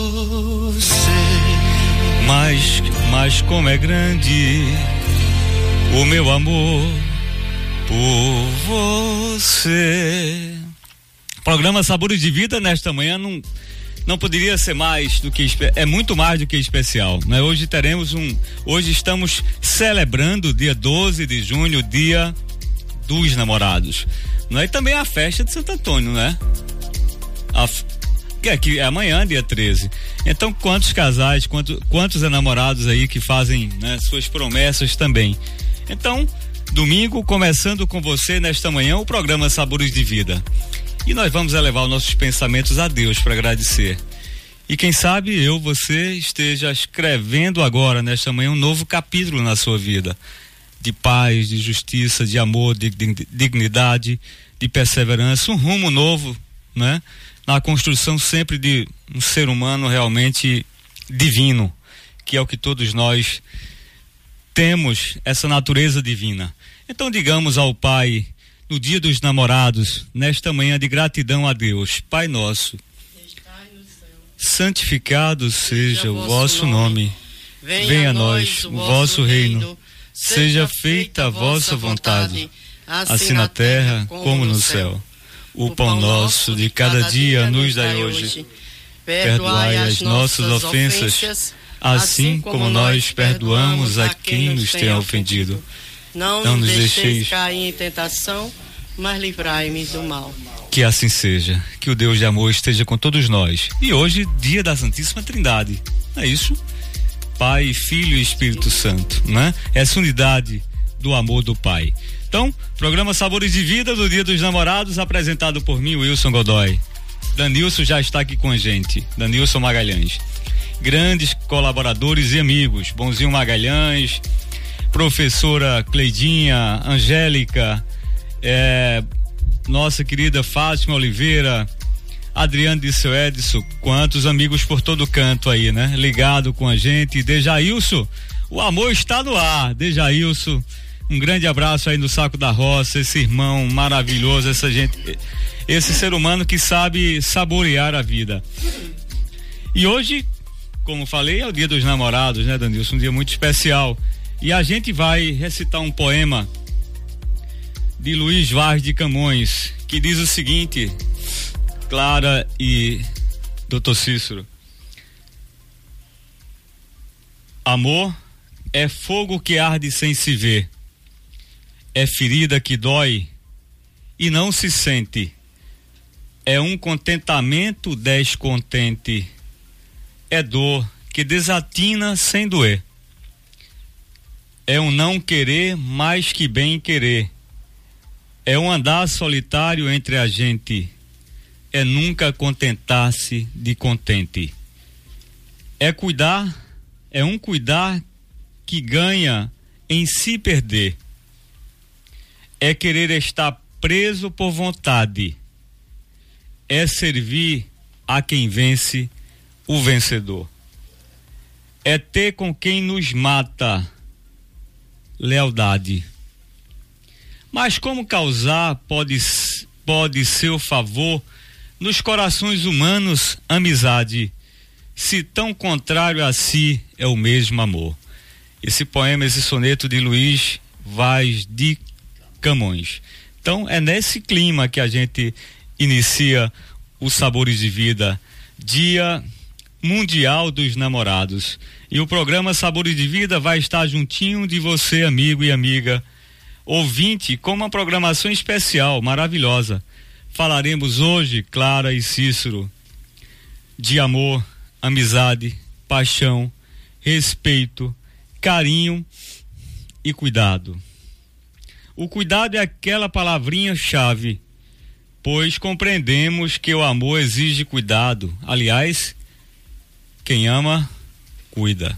Mas como é grande o meu amor por você. Programa Sabores de Vida nesta manhã não poderia ser mais do que é muito mais do que especial, né? Hoje estamos celebrando o dia 12 de junho, dia dos namorados, né? E também a festa de Santo Antônio, né? Que é amanhã, dia 13. Então, quantos casais, quantos enamorados aí que fazem, né, suas promessas também. Então, domingo, começando com você nesta manhã, o programa Sabores de Vida. E nós vamos elevar os nossos pensamentos a Deus para agradecer. E quem sabe você esteja escrevendo agora, nesta manhã, um novo capítulo na sua vida. De paz, de justiça, de amor, de dignidade, de perseverança, um rumo novo, né? Na construção sempre de um ser humano realmente divino, que é o que todos nós temos, essa natureza divina. Então digamos ao Pai, no dia dos namorados, nesta manhã de gratidão a Deus: Pai nosso, santificado seja o vosso nome, venha a nós o vosso reino, seja feita a vossa vontade, assim na terra como no céu. O pão nosso de cada dia nos dai hoje. Perdoai as nossas ofensas, assim como nós perdoamos a quem nos tem ofendido. Não nos deixeis cair em tentação, mas livrai-me do mal. Que assim seja, que o Deus de amor esteja com todos nós. E hoje, dia da Santíssima Trindade, é isso? Pai, Filho e Espírito Santo, né? Essa unidade do amor do Pai. Então, programa Sabores de Vida do Dia dos Namorados, apresentado por mim, Wilson Godoy. Danilson já está aqui com a gente, Danilson Magalhães. Grandes colaboradores e amigos, Bonzinho Magalhães, professora Cleidinha, Angélica, nossa querida Fátima Oliveira, Adriano de seu Edson, quantos amigos por todo canto aí, né? Ligado com a gente. Dejailson, o amor está no ar. Dejailson, um grande abraço aí no Saco da Roça, esse irmão maravilhoso, essa gente, esse ser humano que sabe saborear a vida. E hoje, como falei, é o dia dos namorados, né, Danilson? Um dia muito especial. E a gente vai recitar um poema de Luiz Vaz de Camões, que diz o seguinte, Clara e Dr. Cícero: amor é fogo que arde sem se ver, é ferida que dói e não se sente, é um contentamento descontente, é dor que desatina sem doer, é um não querer mais que bem querer, é um andar solitário entre a gente, é nunca contentar-se de contente, é um cuidar que ganha em se perder, é querer estar preso por vontade, é servir a quem vence o vencedor, é ter com quem nos mata lealdade. Mas como causar pode ser o favor nos corações humanos amizade, se tão contrário a si é o mesmo amor? Esse poema, esse soneto de Luiz Vaz de Camões. Então é nesse clima que a gente inicia os Sabores de Vida, Dia Mundial dos Namorados. E o programa Sabores de Vida vai estar juntinho de você, amigo e amiga, ouvinte, com uma programação especial, maravilhosa. Falaremos hoje, Clara e Cícero, de amor, amizade, paixão, respeito, carinho e cuidado. O cuidado é aquela palavrinha-chave, pois compreendemos que o amor exige cuidado. Aliás, quem ama, cuida.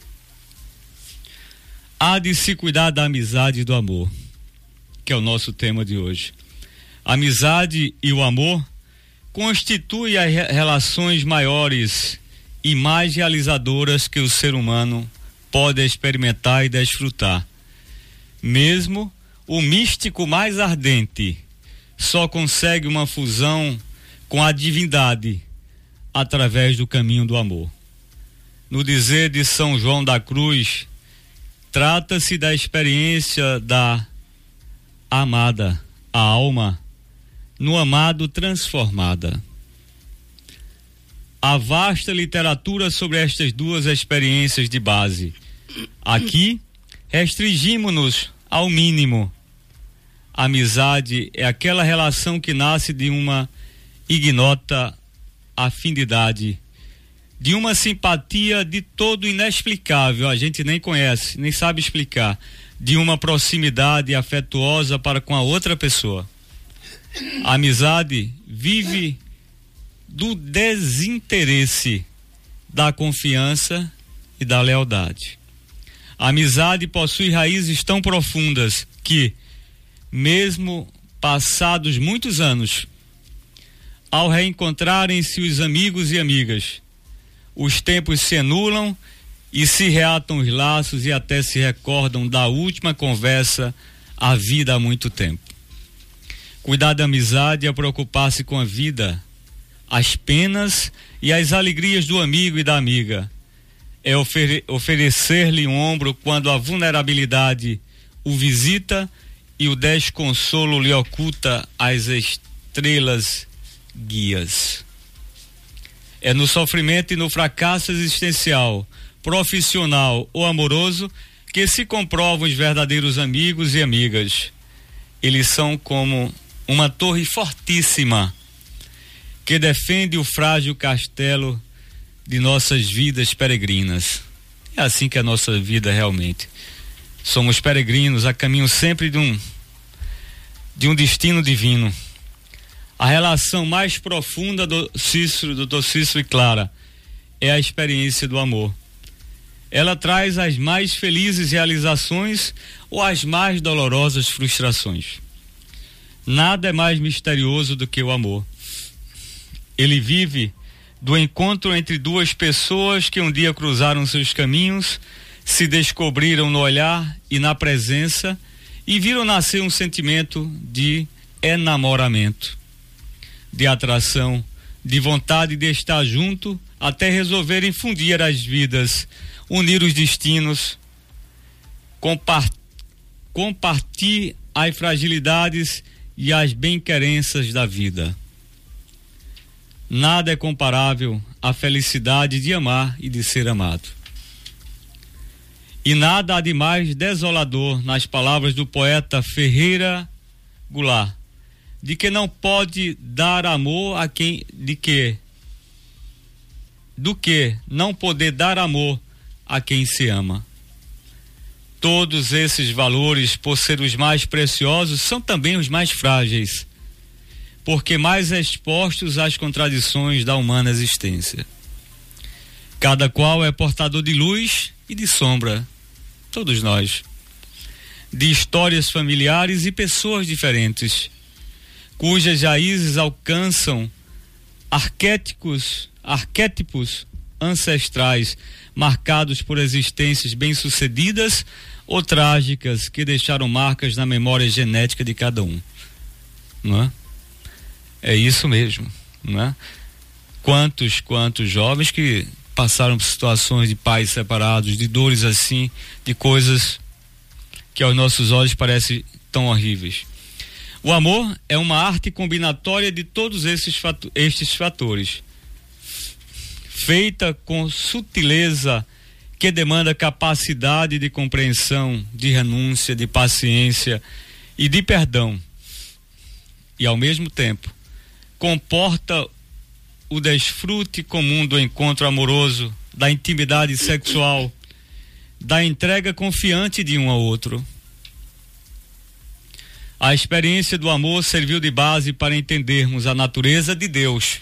Há de se cuidar da amizade e do amor, que é o nosso tema de hoje. A amizade e o amor constituem as relações maiores e mais realizadoras que o ser humano pode experimentar e desfrutar. Mesmo o místico mais ardente só consegue uma fusão com a divindade através do caminho do amor. No dizer de São João da Cruz, trata-se da experiência da amada, a alma, no amado transformada. Há vasta literatura sobre estas duas experiências de base. Aqui, restringimos-nos ao mínimo. A amizade é aquela relação que nasce de uma ignota afinidade, de uma simpatia de todo inexplicável, a gente nem conhece, nem sabe explicar, de uma proximidade afetuosa para com a outra pessoa. A amizade vive do desinteresse, da confiança e da lealdade. A amizade possui raízes tão profundas que, mesmo passados muitos anos, ao reencontrarem-se os amigos e amigas, os tempos se anulam e se reatam os laços e até se recordam da última conversa havida há muito tempo. Cuidar da amizade é preocupar-se com a vida, as penas e as alegrias do amigo e da amiga. É oferecer-lhe um ombro quando a vulnerabilidade o visita e o desconsolo lhe oculta as estrelas guias. É no sofrimento e no fracasso existencial, profissional ou amoroso que se comprovam os verdadeiros amigos e amigas. Eles são como uma torre fortíssima que defende o frágil castelo de nossas vidas peregrinas. É assim que é a nossa vida realmente. Somos peregrinos a caminho sempre de um destino divino. A relação mais profunda do Dr. Cícero e Clara é a experiência do amor. Ela traz as mais felizes realizações ou as mais dolorosas frustrações. Nada é mais misterioso do que o amor. Ele vive do encontro entre duas pessoas que um dia cruzaram seus caminhos, se descobriram no olhar e na presença e viram nascer um sentimento de enamoramento, de atração, de vontade de estar junto até resolverem fundir as vidas, unir os destinos, compartilhar as fragilidades e as bem-querenças da vida. Nada é comparável à felicidade de amar e de ser amado. E nada há de mais desolador, nas palavras do poeta Ferreira Goulart, de que não pode dar amor a quem, do que não poder dar amor a quem se ama. Todos esses valores, por ser os mais preciosos, são também os mais frágeis, porque mais expostos às contradições da humana existência. Cada qual é portador de luz e de sombra, todos nós, de histórias familiares e pessoas diferentes, cujas raízes alcançam arquétipos ancestrais, marcados por existências bem-sucedidas ou trágicas que deixaram marcas na memória genética de cada um, não é? É isso mesmo, não é? Quantos jovens que passaram por situações de pais separados, de dores assim, de coisas que aos nossos olhos parecem tão horríveis. O amor é uma arte combinatória de todos estes fatores, feita com sutileza, que demanda capacidade de compreensão, de renúncia, de paciência e de perdão. E ao mesmo tempo, comporta o desfrute comum do encontro amoroso, da intimidade sexual, da entrega confiante de um ao outro. A experiência do amor serviu de base para entendermos a natureza de Deus.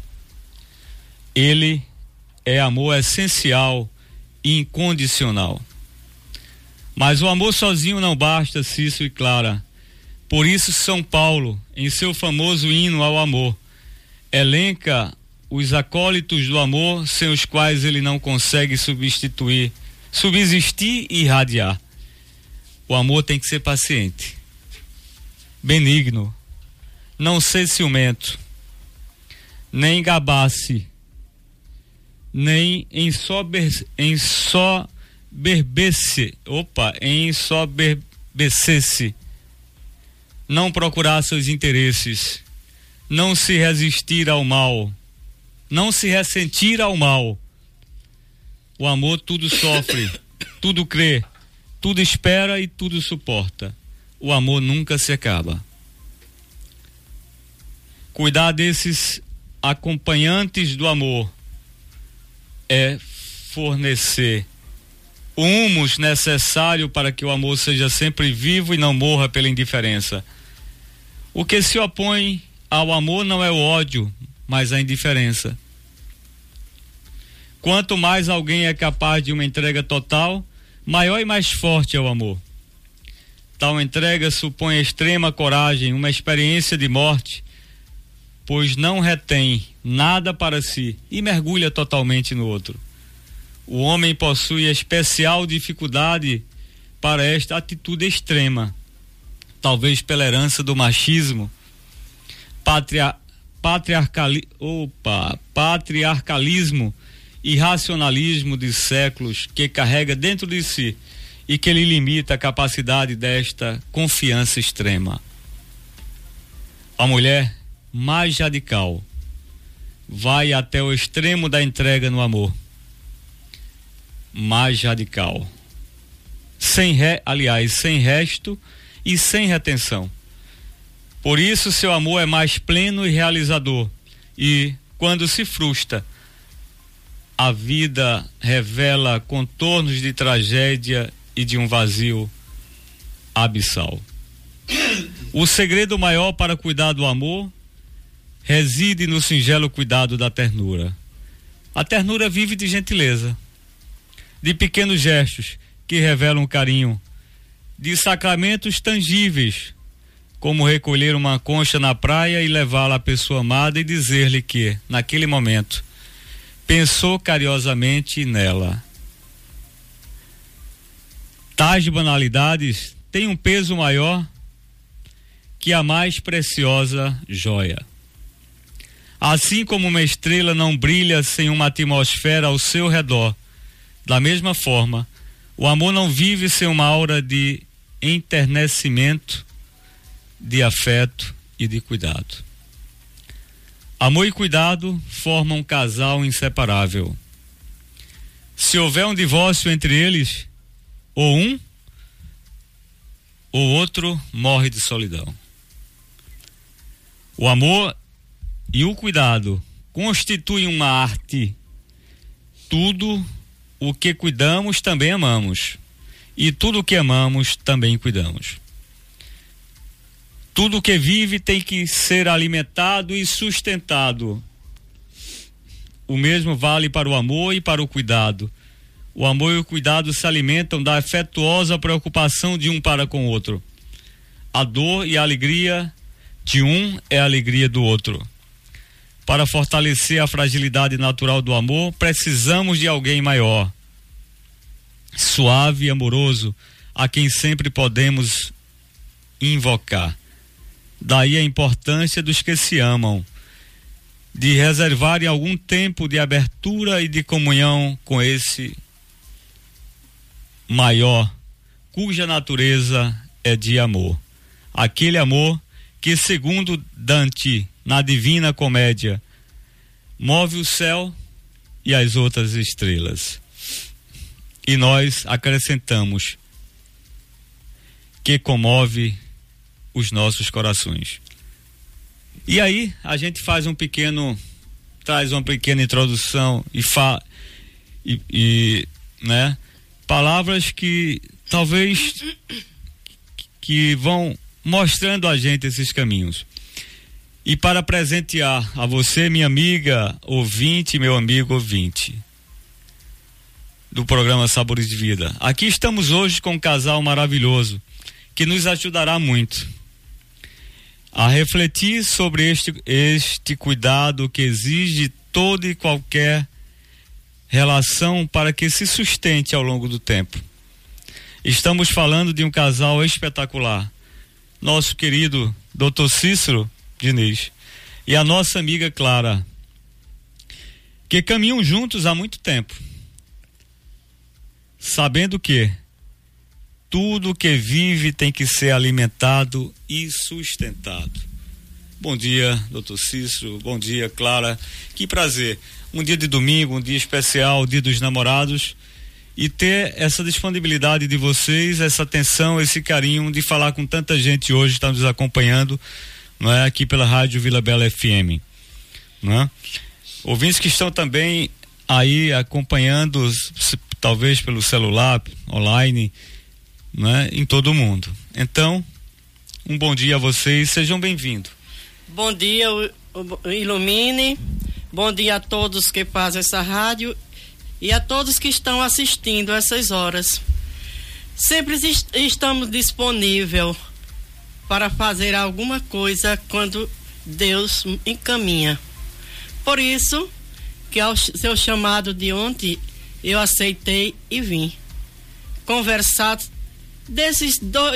Ele é amor essencial e incondicional. Mas o amor sozinho não basta, Cícero e Clara. Por isso São Paulo, em seu famoso hino ao amor, elenca os acólitos do amor sem os quais ele não consegue subsistir e irradiar. O amor tem que ser paciente, benigno, não ser ciumento, nem gabar-se nem ensoberbecer-se, não procurar seus interesses, não se resistir ao mal, não se ressentir ao mal. O amor tudo sofre, tudo crê, tudo espera e tudo suporta. O amor nunca se acaba. Cuidar desses acompanhantes do amor é fornecer o humus necessário para que o amor seja sempre vivo e não morra pela indiferença. O que se opõe ao amor não é o ódio, mas a indiferença. Quanto mais alguém é capaz de uma entrega total, maior e mais forte é o amor. Tal entrega supõe extrema coragem, uma experiência de morte, pois não retém nada para si e mergulha totalmente no outro. O homem possui especial dificuldade para esta atitude extrema, talvez pela herança do machismo, patriarcalismo e racionalismo de séculos que carrega dentro de si e que lhe limita a capacidade desta confiança extrema. A mulher mais radical vai até o extremo da entrega no amor. Mais radical. Sem resto e sem retenção. Por isso seu amor é mais pleno e realizador. E quando se frustra, a vida revela contornos de tragédia e de um vazio abissal. O segredo maior para cuidar do amor reside no singelo cuidado da ternura. A ternura vive de gentileza, de pequenos gestos que revelam carinho, de sacramentos tangíveis, como recolher uma concha na praia e levá-la à pessoa amada e dizer-lhe que, naquele momento, pensou carinhosamente nela. Tais banalidades têm um peso maior que a mais preciosa joia. Assim como uma estrela não brilha sem uma atmosfera ao seu redor, da mesma forma, o amor não vive sem uma aura de enternecimento, de afeto e de cuidado. Amor e cuidado formam um casal inseparável. Se houver um divórcio entre eles, ou um ou outro morre de solidão. O amor e o cuidado constituem uma arte. Tudo o que cuidamos também amamos, e tudo o que amamos também cuidamos. Tudo o que vive tem que ser alimentado e sustentado. O mesmo vale para o amor e para o cuidado. O amor e o cuidado se alimentam da afetuosa preocupação de um para com o outro. A dor e a alegria de um é a alegria do outro. Para fortalecer a fragilidade natural do amor, precisamos de alguém maior, suave e amoroso, a quem sempre podemos invocar. Daí a importância dos que se amam, de reservarem algum tempo de abertura e de comunhão com esse maior, cuja natureza é de amor. Aquele amor que, segundo Dante, na Divina Comédia, move o céu e as outras estrelas. E nós acrescentamos que comove os nossos corações. E aí a gente faz traz uma pequena introdução e né, palavras que talvez que vão mostrando a gente esses caminhos. E para presentear a você, minha amiga ouvinte, meu amigo ouvinte do programa Sabores de Vida, aqui estamos hoje com um casal maravilhoso que nos ajudará muito a refletir sobre este cuidado que exige toda e qualquer relação para que se sustente ao longo do tempo. Estamos falando de um casal espetacular, nosso querido Dr. Cícero Diniz e a nossa amiga Clara, que caminham juntos há muito tempo, sabendo que tudo que vive tem que ser alimentado e sustentado. Bom dia, doutor Cícero, bom dia, Clara, que prazer, um dia de domingo, um dia especial, o dia dos namorados, e ter essa disponibilidade de vocês, essa atenção, esse carinho de falar com tanta gente hoje que está nos acompanhando, não é, aqui pela Rádio Vila Bela FM, não é? Ouvintes que estão também aí acompanhando, talvez pelo celular, online, não é, em todo o mundo. Então, um bom dia a vocês, sejam bem-vindos. Bom dia, Ilumine, bom dia a todos que fazem essa rádio e a todos que estão assistindo essas horas. Sempre estamos disponíveis para fazer alguma coisa quando Deus encaminha. Por isso que ao seu chamado de ontem eu aceitei e vim conversar desses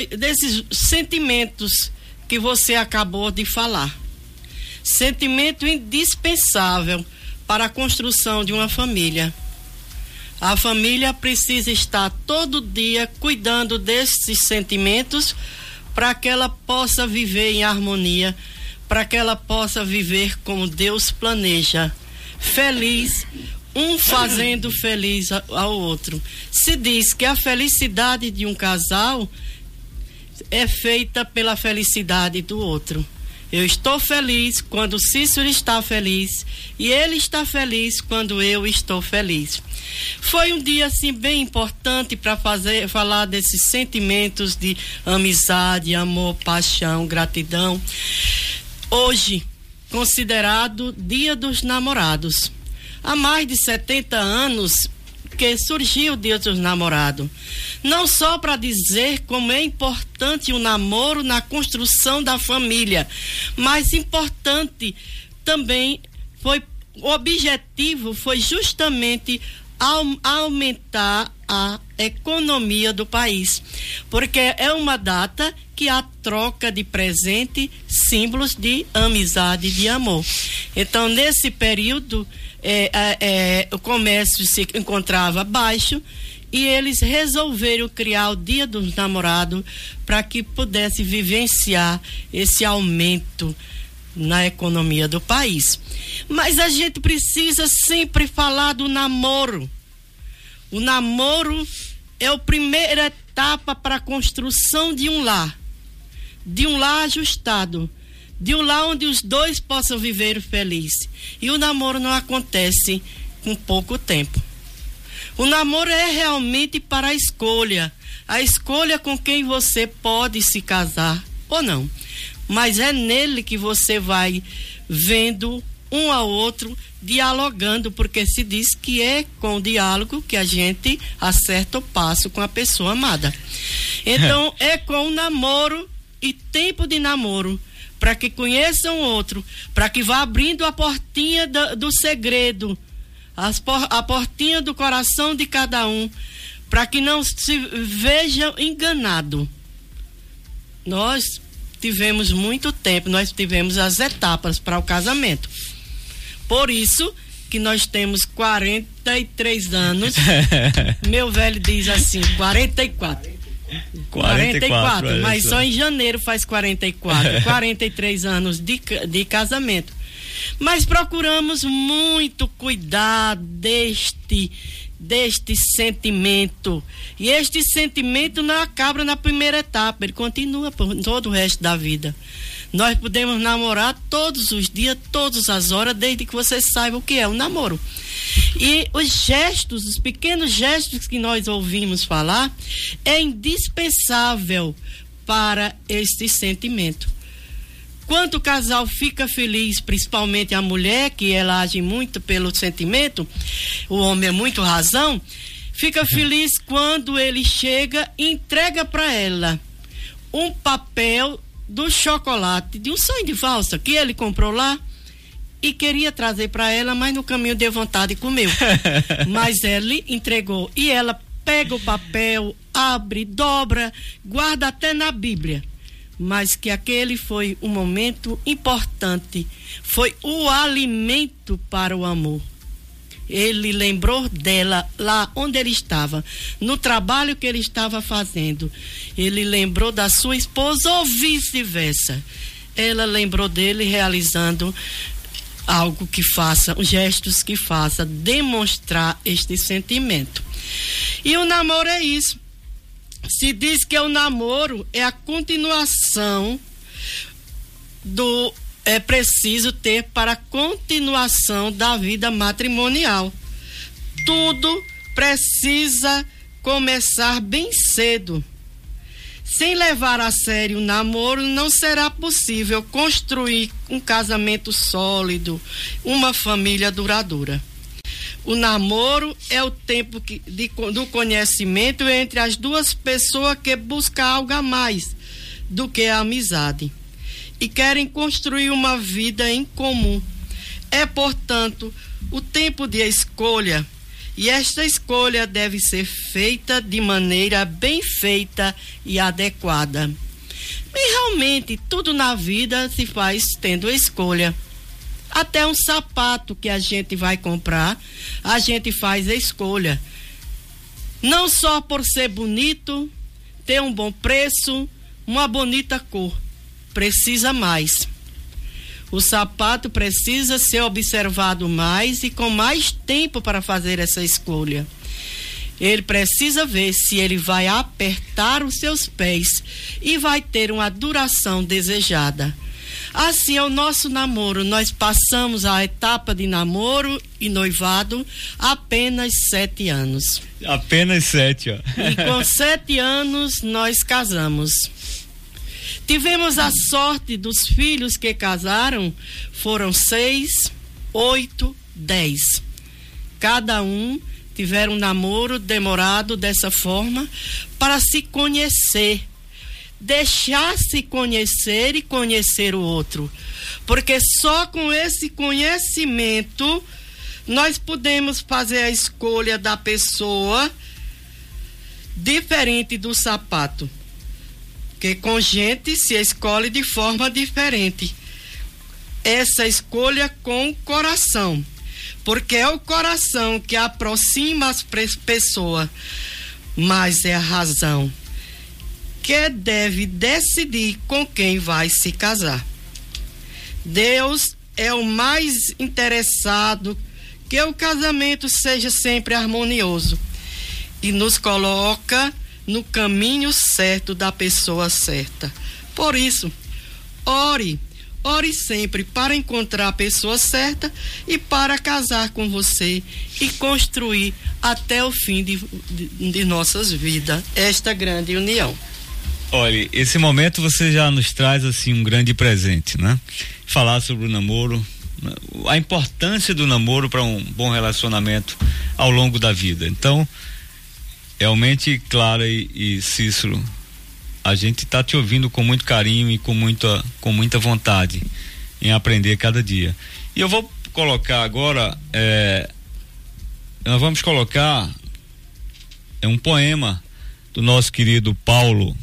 sentimentos que você acabou de falar. Sentimento indispensável para a construção de uma família. A família precisa estar todo dia cuidando desses sentimentos para que ela possa viver em harmonia, para que ela possa viver como Deus planeja, feliz, um fazendo feliz ao outro. Se diz que a felicidade de um casal é feita pela felicidade do outro. Eu estou feliz quando o Cícero está feliz e ele está feliz quando eu estou feliz. Foi um dia assim bem importante para falar desses sentimentos de amizade, amor, paixão, gratidão. Hoje, considerado Dia dos Namorados. Há mais de 70 anos que surgiu o Dia dos Namorados. Não só para dizer como é importante o namoro na construção da família, mas importante também o objetivo foi justamente aumentar a economia do país, porque é uma data que há troca de presente, símbolos de amizade e de amor. Então, nesse período, o comércio se encontrava baixo e eles resolveram criar o Dia dos Namorados para que pudesse vivenciar esse aumento na economia do país. Mas a gente precisa sempre falar do namoro. O namoro é a primeira etapa para a construção de um lar ajustado, de um lar onde os dois possam viver feliz. E o namoro não acontece com pouco tempo. O namoro é realmente para a escolha com quem você pode se casar ou não. Mas é nele que você vai vendo um ao outro, dialogando, porque se diz que é com o diálogo que a gente acerta o passo com a pessoa amada. Então, é com o namoro e tempo de namoro, para que conheçam o outro, para que vá abrindo a portinha do segredo, a portinha do coração de cada um, para que não se veja enganado. Nós tivemos muito tempo, nós tivemos as etapas para o casamento. Por isso que nós temos 43 anos. Meu velho diz assim, 44, mas só em janeiro faz 44, 43 anos de casamento. Mas procuramos muito cuidar deste sentimento. E este sentimento não acaba na primeira etapa, ele continua por todo o resto da vida. Nós podemos namorar todos os dias, todas as horas, desde que você saiba o que é o namoro. E os pequenos gestos que nós ouvimos falar, é indispensável para este sentimento. Quando o casal fica feliz, principalmente a mulher, que ela age muito pelo sentimento, o homem é muito razão, fica feliz quando ele chega e entrega para ela um papel do chocolate, de um sonho de valsa que ele comprou lá e queria trazer para ela, mas no caminho deu vontade e comeu. Mas ele entregou e ela pega o papel, abre, dobra, guarda até na Bíblia. Mas que aquele foi um momento importante, foi o alimento para o amor. Ele lembrou dela lá onde ele estava, no trabalho que ele estava fazendo. Ele lembrou da sua esposa ou vice-versa. Ela lembrou dele realizando algo que faça, gestos que faça demonstrar este sentimento. E o namoro é isso. Se diz que o namoro é a continuação do é preciso ter para a continuação da vida matrimonial. Tudo precisa começar bem cedo. Sem levar a sério o namoro, não será possível construir um casamento sólido, uma família duradoura. O namoro é o tempo do conhecimento entre as duas pessoas que buscam algo a mais do que a amizade e querem construir uma vida em comum. É, portanto, o tempo de escolha, e esta escolha deve ser feita de maneira bem feita e adequada. E realmente, tudo na vida se faz tendo escolha. Até um sapato que a gente vai comprar, a gente faz a escolha. Não só por ser bonito, ter um bom preço, uma bonita cor. Precisa mais. O sapato precisa ser observado mais e com mais tempo para fazer essa escolha. Ele precisa ver se ele vai apertar os seus pés e vai ter uma duração desejada. Assim é o nosso namoro. Nós passamos a etapa de namoro e noivado apenas 7 anos. Apenas 7, ó. E com 7 anos nós casamos. Tivemos a sorte dos filhos que casaram, foram 6, 8, 10. Cada um tiveram um namoro demorado dessa forma para se conhecer. Deixar-se conhecer e conhecer o outro. Porque só com esse conhecimento nós podemos fazer a escolha da pessoa diferente do sapato. Porque com gente se escolhe de forma diferente. Essa escolha com o coração. Porque é o coração que aproxima as pessoas. Mas é a razão que deve decidir com quem vai se casar. Deus é o mais interessado que o casamento seja sempre harmonioso e nos coloca no caminho certo da pessoa certa. Por isso, ore sempre para encontrar a pessoa certa e para casar com você e construir até o fim de nossas vidas esta grande união. Olha, esse momento você já nos traz assim um grande presente, né? Falar sobre o namoro, a importância do namoro para um bom relacionamento ao longo da vida. Então, realmente, Clara e Cícero, a gente está te ouvindo com muito carinho e com muita vontade em aprender cada dia. E eu vou colocar agora, nós vamos colocar um poema do nosso querido Paulo,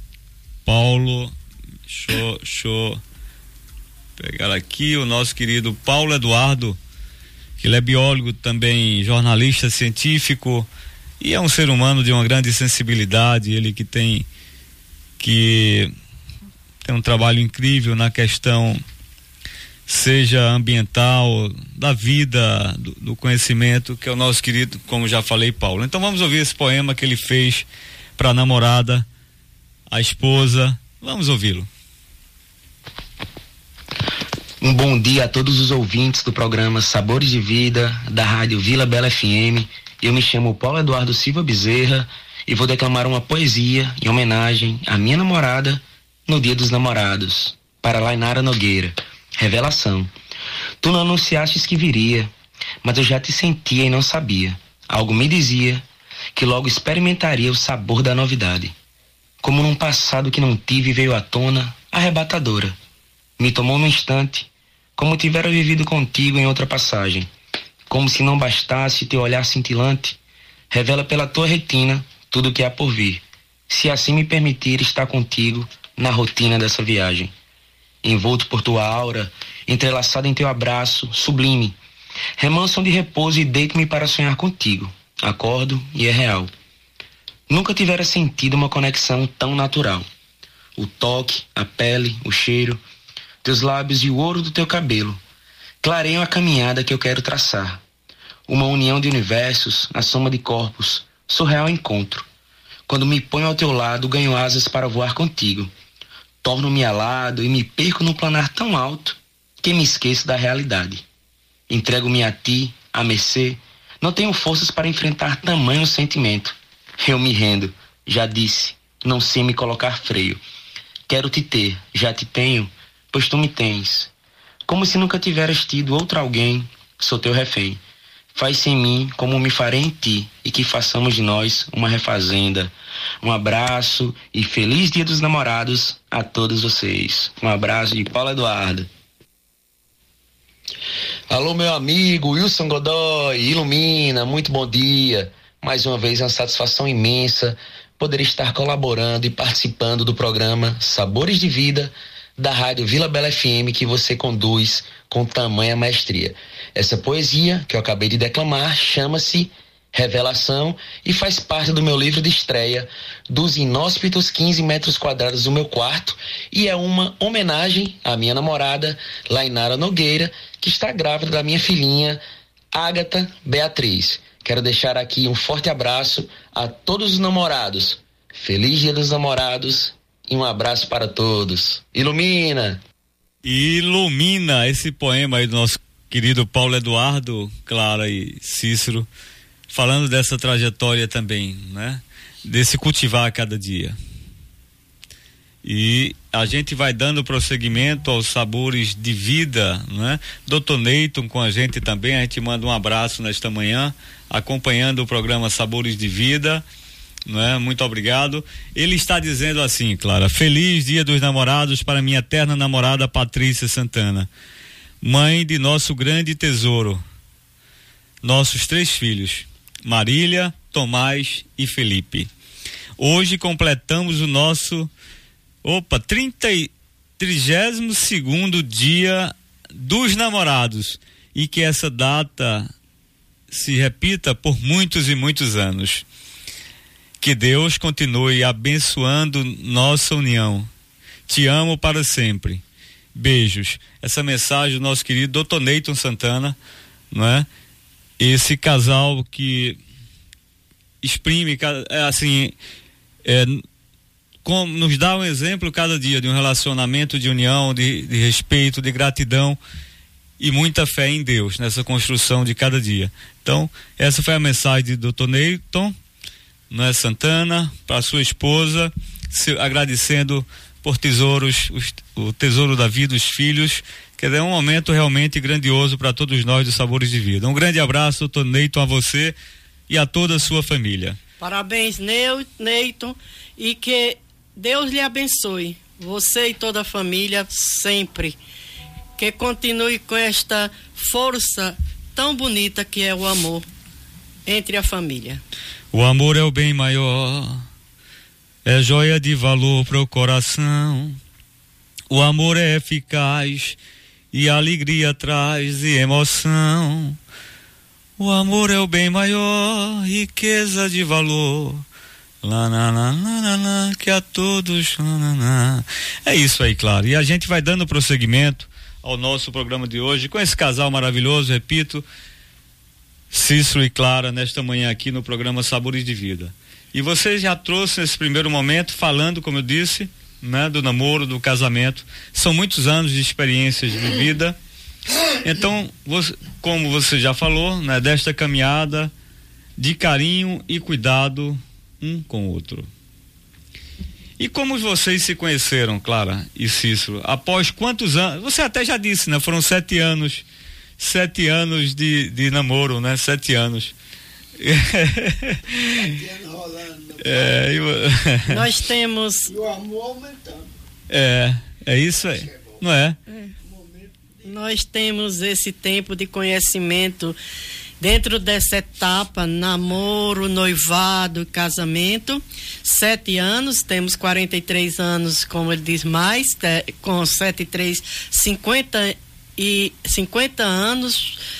deixa eu pegar aqui, o nosso querido Paulo Eduardo, que ele é biólogo também, jornalista científico e é um ser humano de uma grande sensibilidade, ele que tem um trabalho incrível na questão seja ambiental, da vida, do conhecimento, que é o nosso querido, como já falei, Paulo. Então vamos ouvir esse poema que ele fez para a namorada, a esposa. Vamos ouvi-lo. Um bom dia a todos os ouvintes do programa Sabores de Vida, da rádio Vila Bela FM. Eu me chamo Paulo Eduardo Silva Bezerra e vou declamar uma poesia em homenagem à minha namorada no Dia dos Namorados, para Lainara Nogueira. Revelação. Tu não anunciastes que viria, mas eu já te sentia e não sabia. Algo me dizia que logo experimentaria o sabor da novidade. Como num passado que não tive veio à tona, arrebatadora. Me tomou num instante, como tivera vivido contigo em outra passagem. Como se não bastasse teu olhar cintilante, revela pela tua retina tudo o que há por vir. Se assim me permitir estar contigo na rotina dessa viagem. Envolto por tua aura, entrelaçado em teu abraço, sublime, Remanso de repouso e deito-me para sonhar contigo. Acordo e é real. Nunca tivera sentido uma conexão tão natural. O toque, a pele, o cheiro, teus lábios e o ouro do teu cabelo clareiam a caminhada que eu quero traçar. Uma união de universos, a soma de corpos, surreal encontro. Quando me ponho ao teu lado, ganho asas para voar contigo. Torno-me alado e me perco num planar tão alto que me esqueço da realidade. Entrego-me a ti, à mercê. Não tenho forças para enfrentar tamanho sentimento. Eu me rendo, já disse, não sei me colocar freio. Quero te ter, já te tenho, pois tu me tens. Como se nunca tiveras tido outro alguém, sou teu refém. Faz-se em mim como me farei em ti, e que façamos de nós uma refazenda. Um abraço e feliz Dia dos Namorados a todos vocês. Um abraço de Paulo Eduardo. Alô, meu amigo Wilson Godoy, ilumina, muito bom dia. Mais uma vez, uma satisfação imensa poder estar colaborando e participando do programa Sabores de Vida da Rádio Vila Bela FM, que você conduz com tamanha maestria. Essa poesia que eu acabei de declamar chama-se Revelação e faz parte do meu livro de estreia, Dos Inóspitos 15 metros quadrados do meu quarto, e é uma homenagem à minha namorada, Lainara Nogueira, que está grávida da minha filhinha, Ágata Beatriz. Quero deixar aqui um forte abraço a todos os namorados. Feliz Dia dos Namorados e um abraço para todos. Ilumina! Ilumina esse poema aí do nosso querido Paulo Eduardo, Clara e Cícero, falando dessa trajetória também, né? Desse cultivar a cada dia. E a gente vai dando prosseguimento aos sabores de vida, né? Dr. Neyton com a gente também, a gente manda um abraço nesta manhã, acompanhando o programa Sabores de Vida, né? Muito obrigado. Ele está dizendo assim, Clara: feliz Dia dos Namorados para minha eterna namorada Patrícia Santana, mãe de nosso grande tesouro, nossos 3 filhos, Marília, Tomás e Felipe. Hoje completamos o nosso 32º dia dos namorados, e que essa data se repita por muitos e muitos anos. Que Deus continue abençoando nossa união. Te amo para sempre. Beijos. Essa mensagem do nosso querido Dr. Neyton Santana, não é? Esse casal que exprime, assim, como nos dá um exemplo cada dia de um relacionamento de união, de respeito, de gratidão e muita fé em Deus nessa construção de cada dia. Então, essa foi a mensagem de Dr. Neyton, não é, Santana, para sua esposa, agradecendo por tesouros, o tesouro da vida, os filhos, que é um momento realmente grandioso para todos nós dos Sabores de Vida. Um grande abraço, Dr. Neyton, a você e a toda a sua família. Parabéns, Neyton, e que Deus lhe abençoe, você e toda a família sempre. Que continue com esta força tão bonita que é o amor entre a família. O amor é o bem maior, é joia de valor para o coração. O amor é eficaz e alegria traz e emoção. O amor é o bem maior, riqueza de valor. Lá, lá, lá, lá, lá, que a todos. Lá, lá. É isso aí, claro. E a gente vai dando prosseguimento ao nosso programa de hoje com esse casal maravilhoso, repito, Cícero e Clara, nesta manhã aqui no programa Sabores de Vida. E você já trouxe nesse primeiro momento, falando, como eu disse, né, do namoro, do casamento. São muitos anos de experiências de vida. Então, como você já falou, né, desta caminhada de carinho e cuidado um com o outro. E como vocês se conheceram, Clara e Cícero? Após quantos anos? Você até já disse, né? Foram 7 anos. 7 anos de namoro, né? 7 anos. 7 anos rolando. Nós temos. E o amor aumentando. É isso aí. Não é? Nós temos esse tempo de conhecimento dentro dessa etapa, namoro, noivado, casamento, 7 anos, temos 43 anos, como ele diz, mais, com 7 e 3, 50 anos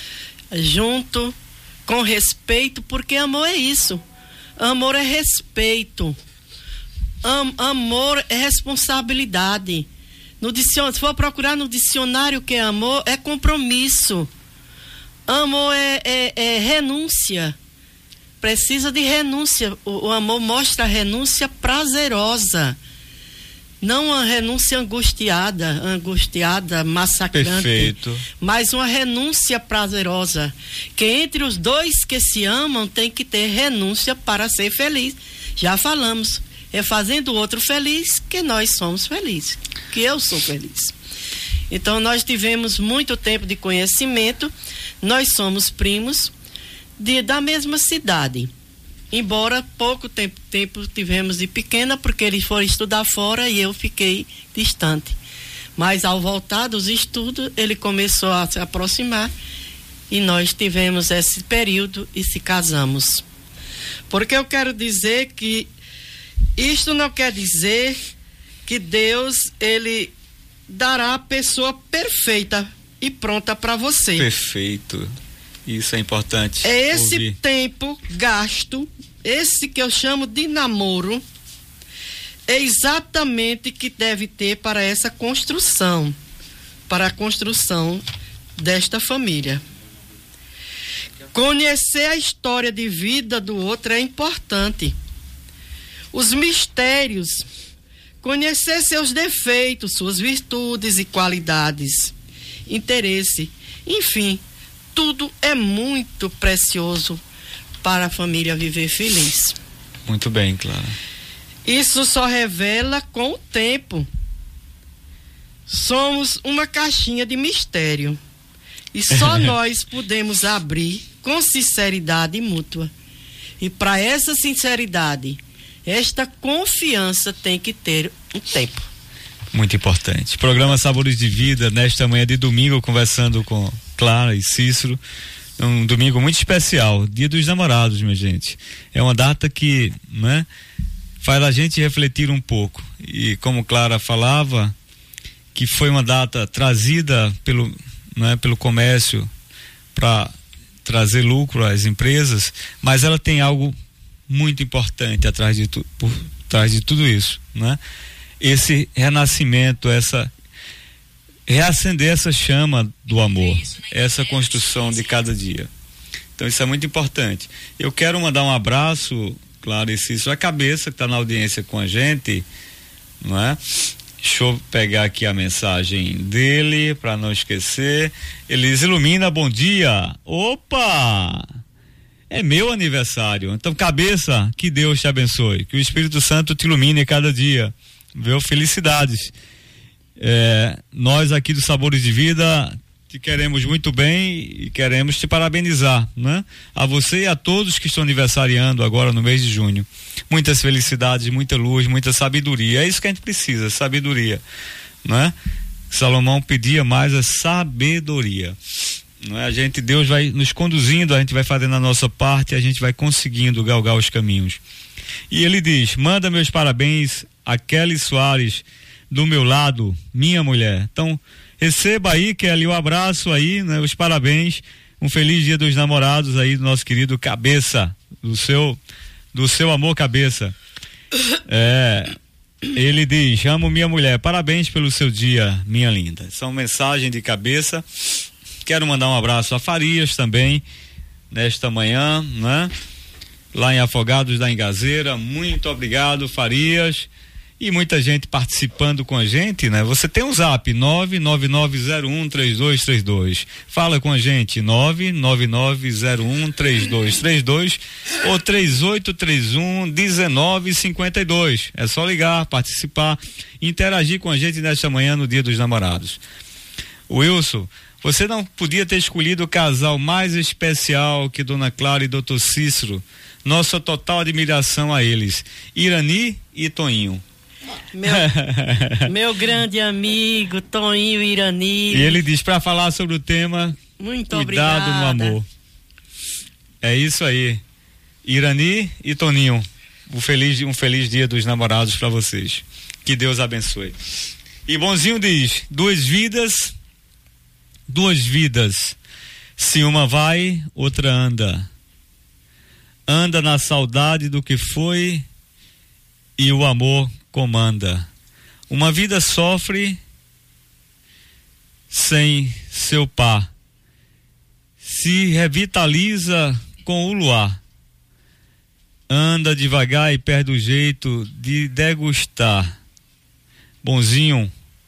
junto com respeito, porque amor é isso. Amor é respeito. Amor é responsabilidade. Se for procurar no dicionário o que é amor, é compromisso. Amor é renúncia. Precisa de renúncia. O amor mostra a renúncia prazerosa. Não uma renúncia angustiada, massacrante. Perfeito. Mas uma renúncia prazerosa. Que entre os dois que se amam tem que ter renúncia para ser feliz. Já falamos. É fazendo o outro feliz que nós somos felizes. Que eu sou feliz. Então nós tivemos muito tempo de conhecimento. Nós somos primos da mesma cidade. Embora pouco tempo tivemos de pequena, porque eles foram estudar fora e eu fiquei distante. Mas ao voltar dos estudos, ele começou a se aproximar e nós tivemos esse período e se casamos. Porque eu quero dizer que isto não quer dizer que Deus, ele dará a pessoa perfeita e pronta para você. Perfeito. Isso é importante. É esse ouvir. tempo gasto, esse que eu chamo de namoro, é exatamente que deve ter para essa construção, para a construção desta família. Conhecer a história de vida do outro é importante. Os mistérios, conhecer seus defeitos, suas virtudes e qualidades, interesse, enfim, tudo é muito precioso para a família viver feliz. Muito bem, Clara. Isso só revela com o tempo. Somos uma caixinha de mistério e só nós podemos abrir com sinceridade mútua. E para essa sinceridade, esta confiança tem que ter um tempo. Muito importante. Programa Sabores de Vida, nesta manhã de domingo, conversando com Clara e Cícero. Um domingo muito especial, Dia dos Namorados, minha gente. É uma data que, né, faz a gente refletir um pouco. E como Clara falava, que foi uma data trazida pelo comércio para trazer lucro às empresas, mas ela tem algo muito importante por trás de tudo isso, né? Esse renascimento, reacender essa chama do amor, essa construção de cada dia. Então isso é muito importante. Eu quero mandar um abraço, Clara e Cícero, a cabeça que está na audiência com a gente, não é? Deixa eu pegar aqui a mensagem dele para não esquecer. Eles ilumina, bom dia. Opa! É meu aniversário. Então, cabeça, que Deus te abençoe, que o Espírito Santo te ilumine cada dia. Viu? Felicidades. Nós aqui do Sabores de Vida te queremos muito bem e queremos te parabenizar, né? A você e a todos que estão aniversariando agora no mês de junho. Muitas felicidades, muita luz, muita sabedoria. É isso que a gente precisa, sabedoria, né? Salomão pedia mais a sabedoria. Não é? Deus vai nos conduzindo, a gente vai fazendo a nossa parte, a gente vai conseguindo galgar os caminhos. E ele diz: manda meus parabéns a Kelly Soares, do meu lado, minha mulher. Então, receba aí, Kelly, o abraço aí, né? Os parabéns, um feliz Dia dos Namorados aí do nosso querido Cabeça, do seu amor Cabeça. Ele diz: amo minha mulher, parabéns pelo seu dia, minha linda. São mensagens de Cabeça. Quero mandar um abraço a Farias também, nesta manhã, né? Lá em Afogados da Engazeira. Muito obrigado, Farias. E muita gente participando com a gente, né? Você tem um zap 999013232. Fala com a gente 999013232 ou 3831-1952. É só ligar, participar, interagir com a gente nesta manhã no Dia dos Namorados. Wilson, você não podia ter escolhido o casal mais especial que Dona Clara e Dr. Cícero. Nossa total admiração a eles, Irani e Toninho. Meu grande amigo Toninho Irani. E ele diz para falar sobre o tema muito cuidado obrigada. no amor. É isso aí, Irani e Toninho. Um feliz Dia dos Namorados para vocês. Que Deus abençoe. E Bonzinho diz: duas vidas Se uma vai, outra anda. Anda na saudade do que foi e o amor comanda. Uma vida sofre sem seu par. Se revitaliza com o luar. Anda devagar e perde o jeito de degustar. Bonzinho,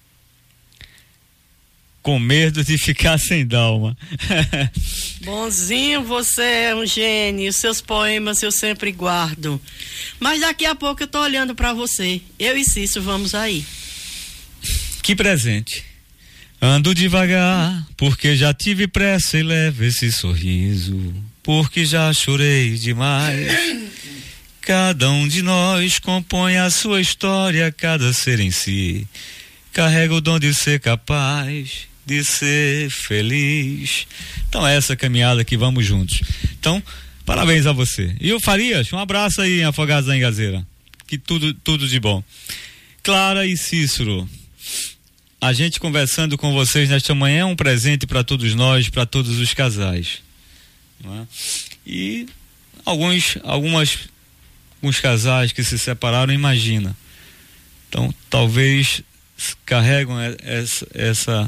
com medo de ficar sem dalma. Bonzinho, você é um gênio, seus poemas eu sempre guardo. Mas daqui a pouco eu tô olhando pra você. Eu e Cício vamos aí. Que presente. Ando devagar, porque já tive pressa e levo esse sorriso, porque já chorei demais. Cada um de nós compõe a sua história, cada ser em si carrega o dom de ser capaz de ser feliz. Então é essa caminhada que vamos juntos. Então, parabéns a você. E o Farias, um abraço aí em Afogados da Engazeira. Que tudo de bom. Clara e Cícero, a gente conversando com vocês nesta manhã é um presente para todos nós, para todos os casais. Não é? E alguns casais que se separaram, imagina. Então, talvez carregam essa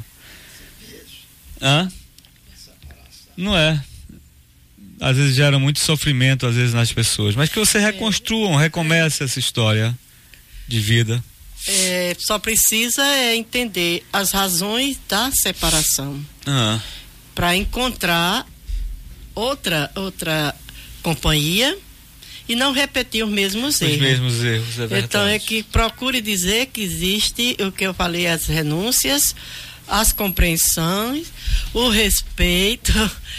não é? Às vezes gera muito sofrimento, às vezes, nas pessoas. Mas que você reconstruam, recomece essa história de vida. Só precisa entender as razões da separação para encontrar outra companhia e não repetir os mesmos erros. Os mesmos erros, é verdade. Então é que procure dizer que existe o que eu falei, as renúncias, as compreensões, o respeito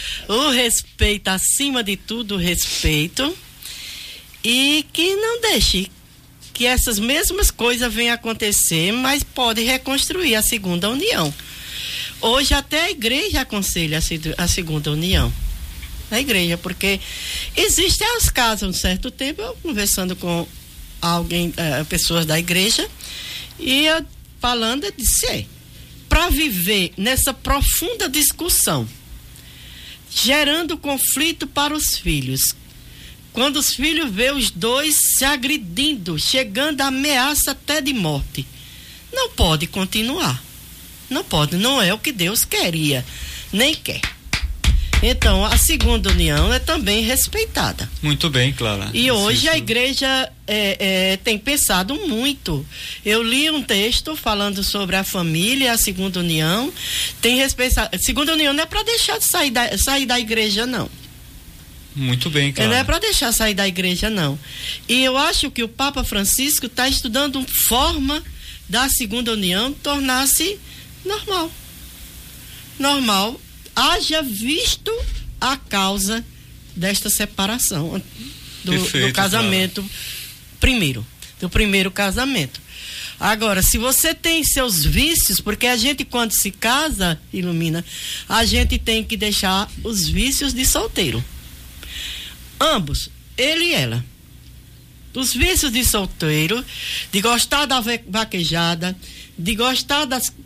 acima de tudo, o respeito, e que não deixe que essas mesmas coisas venham acontecer, mas pode reconstruir a segunda união. Hoje até a igreja aconselha a segunda união. Na igreja, porque existem os casos, um certo tempo, eu conversando com alguém, pessoas da igreja, e eu falando, eu disse, para viver nessa profunda discussão, gerando conflito para os filhos, quando os filhos vê os dois se agredindo, chegando a ameaça até de morte, não pode continuar, não pode, não é o que Deus queria, nem quer. Então, a segunda união é também respeitada. Muito bem, Clara. E hoje a igreja tem pensado muito. Eu li um texto falando sobre a família, a segunda união. Tem respeitado. Segunda união não é para deixar de sair da igreja, não. Muito bem, Clara. Não é para deixar sair da igreja, não. E eu acho que o Papa Francisco está estudando forma da segunda união tornar-se normal. Normal. Haja visto a causa desta separação do casamento do primeiro casamento. Agora, se você tem seus vícios, porque a gente quando se casa, Ilumina, a gente tem que deixar os vícios de solteiro. Ambos, ele e ela. Os vícios de solteiro, de gostar da vaquejada, de gostar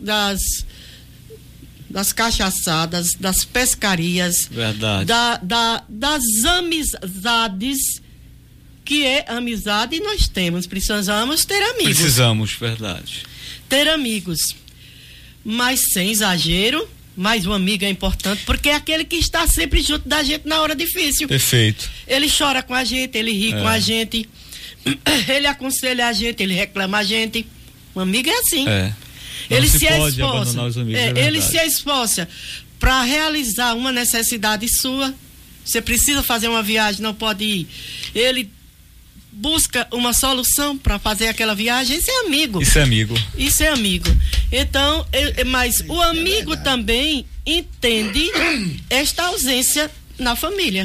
das cachaçadas, das pescarias, verdade. Das amizades, que é amizade, e nós precisamos ter amigos. Precisamos, verdade. Ter amigos, mas sem exagero, mas o amigo é importante, porque é aquele que está sempre junto da gente na hora difícil. Perfeito. Ele chora com a gente, ele ri com a gente, ele aconselha a gente, ele reclama a gente. Um amigo é assim. Ele se esforça, ele se esforça para realizar uma necessidade sua. Você precisa fazer uma viagem, não pode ir. Ele busca uma solução para fazer aquela viagem. Isso é amigo. Isso é amigo. Então, mas o amigo também entende esta ausência na família.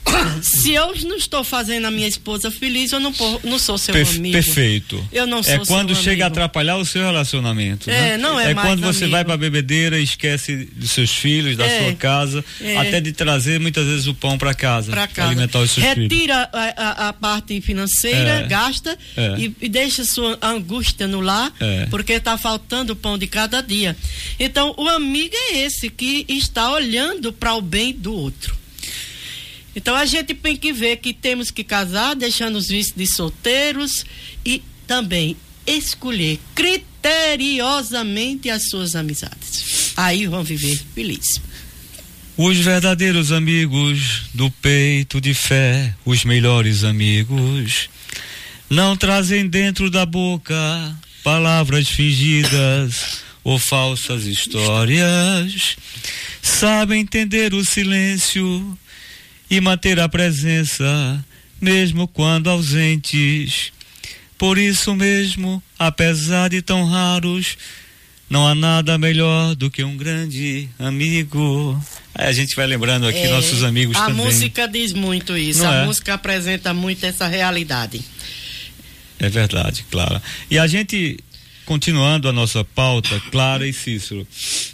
Se eu não estou fazendo a minha esposa feliz, eu não sou seu amigo. Perfeito. Eu não sou quando seu chega a amigo. atrapalhar o seu relacionamento, né? Não é mais quando você amigo. vai pra bebedeira, esquece dos seus filhos, da sua casa, até de trazer muitas vezes o pão pra casa. Pra alimentar os seus filhos. Retira a parte financeira, gasta e deixa sua angústia no lar, porque está faltando o pão de cada dia. Então, o amigo é esse que está olhando para o bem do outro. Então, a gente tem que ver que temos que casar, deixando os vícios de solteiros e também escolher criteriosamente as suas amizades. Aí vão viver felizes. Os verdadeiros amigos do peito de fé, os melhores amigos, não trazem dentro da boca palavras fingidas ou falsas histórias. Sabem entender o silêncio e manter a presença, mesmo quando ausentes. Por isso mesmo, apesar de tão raros, não há nada melhor do que um grande amigo. Aí a gente vai lembrando aqui nossos amigos também. A música diz muito isso, a música apresenta muito essa realidade. É verdade, Clara. E a gente, continuando a nossa pauta, Clara e Cícero,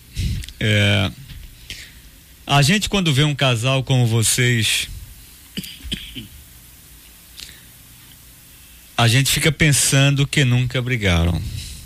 a gente quando vê um casal como vocês, a gente fica pensando que nunca brigaram.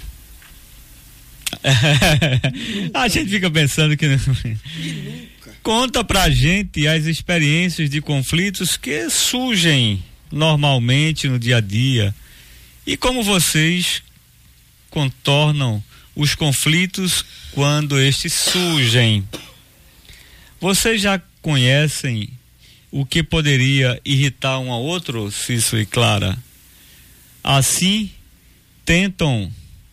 A gente fica pensando que nunca. Conta pra gente as experiências de conflitos que surgem normalmente no dia a dia e como vocês contornam os conflitos quando estes surgem. Vocês já conhecem o que poderia irritar um ao outro, Cícero e Clara? Assim tentam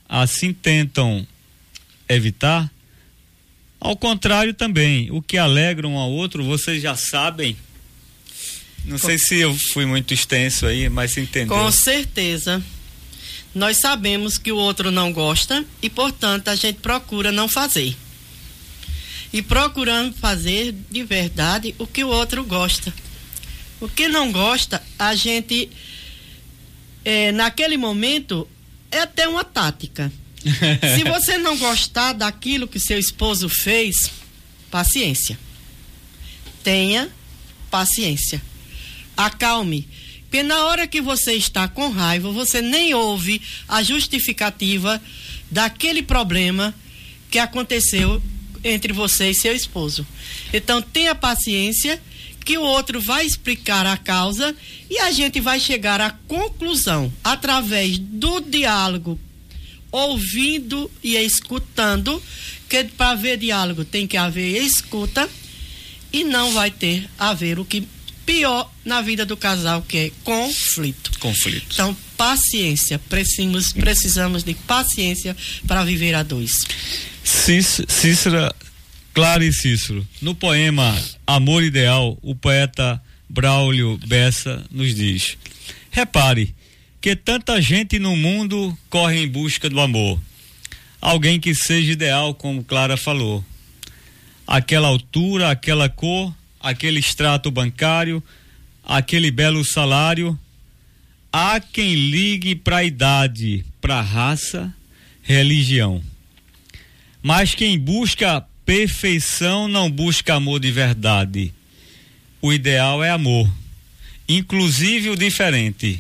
evitar? Ao contrário também, o que alegra um ao outro, vocês já sabem? Não sei se eu fui muito extenso aí, mas você entendeu. Com certeza. Nós sabemos que o outro não gosta e, portanto, a gente procura não fazer. E procurando fazer de verdade o que o outro gosta. O que não gosta, a gente, naquele momento, é até uma tática. Se você não gostar daquilo que seu esposo fez, paciência. Tenha paciência. Acalme. Porque na hora que você está com raiva, você nem ouve a justificativa daquele problema que aconteceu entre você e seu esposo. Então tenha paciência, que o outro vai explicar a causa e a gente vai chegar à conclusão através do diálogo, ouvindo e escutando, que para haver diálogo tem que haver escuta e não vai ter haver o que pior na vida do casal, que é conflito. Então, paciência, precisamos de paciência para viver a dois. Cícera, Clara e Cícero, no poema Amor Ideal, o poeta Braulio Bessa nos diz: repare que tanta gente no mundo corre em busca do amor, alguém que seja ideal, como Clara falou, aquela altura, aquela cor, aquele extrato bancário, aquele belo salário. Há quem ligue para a idade, para a raça, religião. Mas quem busca perfeição não busca amor de verdade. O ideal é amor, inclusive o diferente.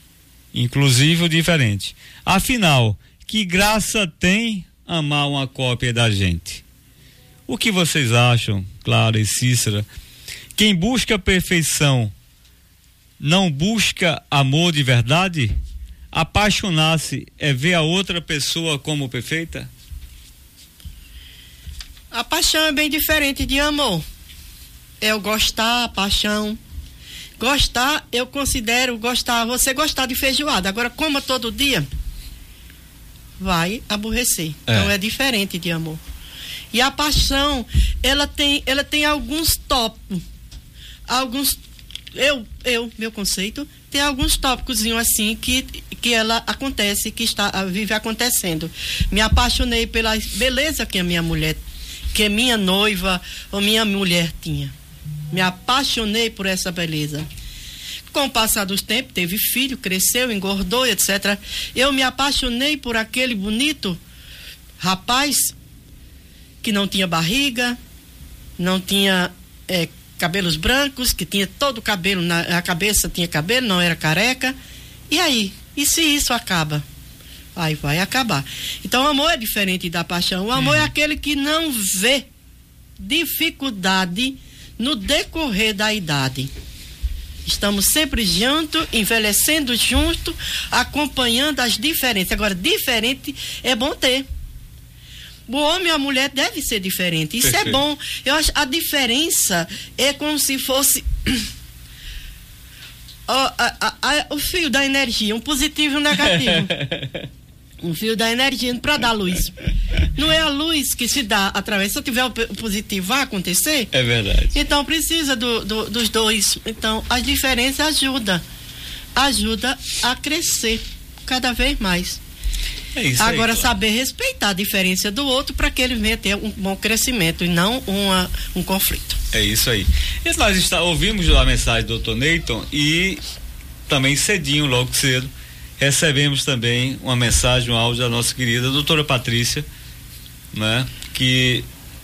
Afinal, que graça tem amar uma cópia da gente? O que vocês acham, Clara e Cícera? Quem busca perfeição não busca amor de verdade? Apaixonar-se é ver a outra pessoa como perfeita? A paixão é bem diferente de amor. É o gostar, a paixão. Gostar, eu considero gostar, você gostar de feijoada. Agora, coma todo dia, vai aborrecer. Então é diferente de amor. E a paixão, ela tem alguns tópicos. Meu conceito, tem alguns tópicos assim que ela acontece, vive acontecendo. Me apaixonei pela beleza que a minha mulher, que minha noiva ou minha mulher tinha. Me apaixonei por essa beleza. Com o passar dos tempos, teve filho, cresceu, engordou, etc. Eu me apaixonei por aquele bonito rapaz que não tinha barriga, não tinha cabelos brancos, que tinha todo o cabelo, na cabeça tinha cabelo, não era careca. E aí? E se isso acaba? Aí vai acabar. Então o amor é diferente da paixão. O amor é aquele que não vê dificuldade no decorrer da idade. Estamos sempre juntos, envelhecendo junto, acompanhando as diferenças. Agora, diferente é bom ter. O homem e a mulher deve ser diferente. Isso é bom. Eu acho a diferença é como se fosse o fio da energia, um positivo e um negativo. Um fio da energia para dar luz. Não é a luz que se dá através. Se eu tiver o positivo, vai acontecer? É verdade. Então precisa dos dois. Então as diferenças ajuda a crescer cada vez mais. É isso. Agora, aí, saber respeitar a diferença do outro para que ele venha ter um bom crescimento e não um conflito. É isso aí. E nós ouvimos a mensagem do Dr. Neyton e também cedinho, logo cedo, recebemos também uma mensagem, um áudio da nossa querida doutora Patrícia, né? Que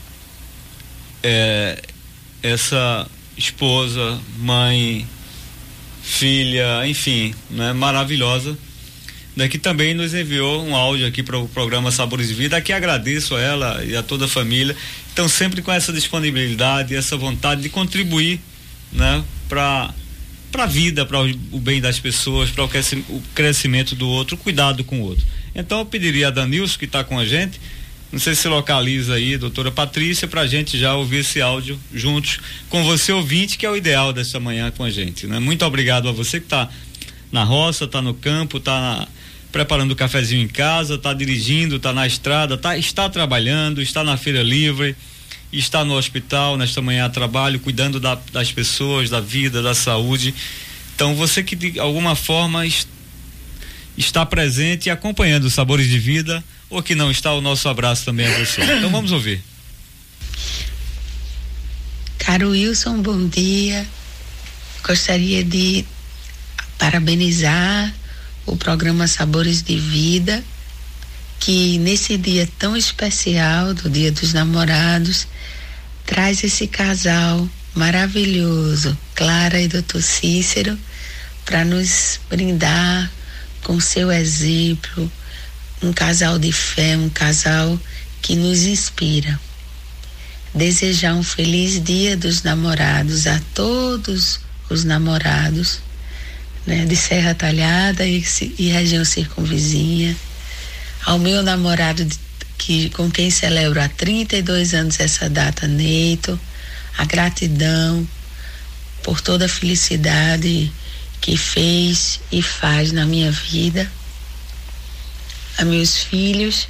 é essa esposa, mãe, filha, enfim, né? Maravilhosa, né? Que também nos enviou um áudio aqui para o programa Sabores de Vida. Aqui agradeço a ela e a toda a família. Então, sempre com essa disponibilidade, essa vontade de contribuir, né? Para a vida, para o bem das pessoas, para o crescimento do outro, o cuidado com o outro. Então eu pediria a Danilson, que está com a gente, não sei se localiza aí, doutora Patrícia, para a gente já ouvir esse áudio juntos com você, ouvinte, que é o ideal dessa manhã com a gente, né? Muito obrigado a você que está na roça, está no campo, está preparando o cafezinho em casa, está dirigindo, está na estrada, está trabalhando, está na feira livre, está no hospital nesta manhã a trabalho, cuidando das pessoas, da vida, da saúde. Então você que de alguma forma está presente e acompanhando os Sabores de Vida, ou que não está, o nosso abraço também a você. Então vamos ouvir. Caro Wilson, bom dia. Gostaria de parabenizar o programa Sabores de Vida, que nesse dia tão especial do Dia dos Namorados traz esse casal maravilhoso, Clara e Dr. Cícero, para nos brindar com seu exemplo, um casal de fé, um casal que nos inspira. Desejar um feliz Dia dos Namorados a todos os namorados, né, de Serra Talhada e região circunvizinha, ao meu namorado com quem celebro há 32 anos essa data, Neito, a gratidão por toda a felicidade que fez e faz na minha vida, a meus filhos,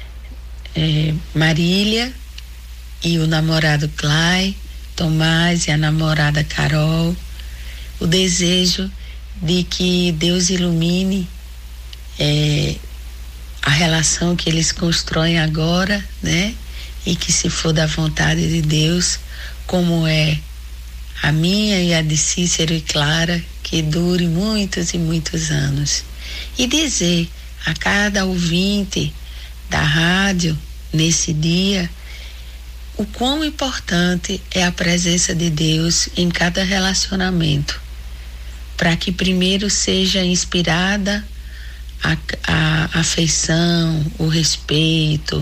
Marília e o namorado Clay, Tomás e a namorada Carol, o desejo de que Deus ilumine a relação que eles constroem agora, né? E que, se for da vontade de Deus, como é a minha e a de Cícero e Clara, que dure muitos e muitos anos. E dizer a cada ouvinte da rádio nesse dia o quão importante é a presença de Deus em cada relacionamento, para que primeiro seja inspirada a afeição, o respeito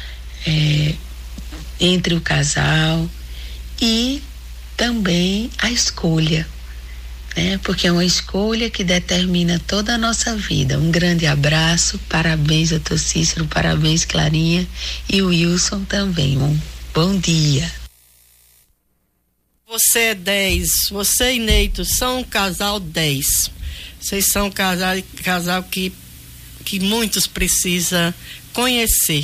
entre o casal e também a escolha, né? Porque é uma escolha que determina toda a nossa vida. Um grande abraço, parabéns, doutor Cícero, parabéns, Clarinha, e o Wilson também. Um bom dia. Você é 10, você e Neito são um casal 10. Vocês são um casal que muitos precisam conhecer.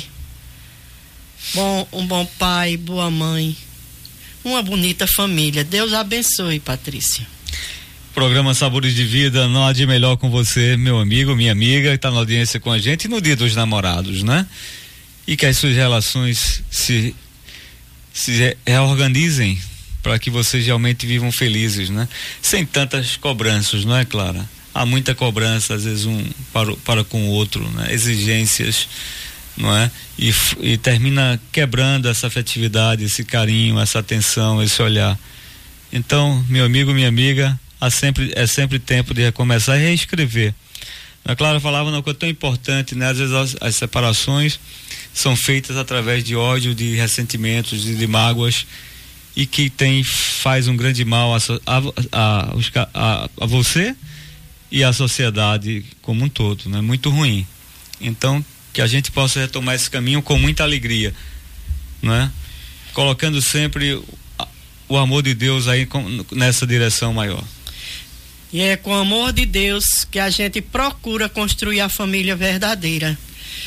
Um bom pai, boa mãe, uma bonita família. Deus abençoe, Patrícia. Programa Sabores de Vida, não há de melhor com você, meu amigo, minha amiga, que está na audiência com a gente no Dia dos Namorados, né? E que as suas relações se reorganizem para que vocês realmente vivam felizes, né? Sem tantas cobranças, não é, Clara? Há muita cobrança, às vezes um para com o outro, né? Exigências, não é? E termina quebrando essa afetividade, esse carinho, essa atenção, esse olhar. Então, meu amigo, minha amiga, é sempre tempo de recomeçar e reescrever. A Clara falava uma coisa tão importante, né? Às vezes as separações são feitas através de ódio, de ressentimentos, de mágoas, e que faz um grande mal a você e à sociedade como um todo, né? Muito ruim. Então, que a gente possa retomar esse caminho com muita alegria, né? Colocando sempre o amor de Deus aí nessa direção maior. E é com o amor de Deus que a gente procura construir a família verdadeira.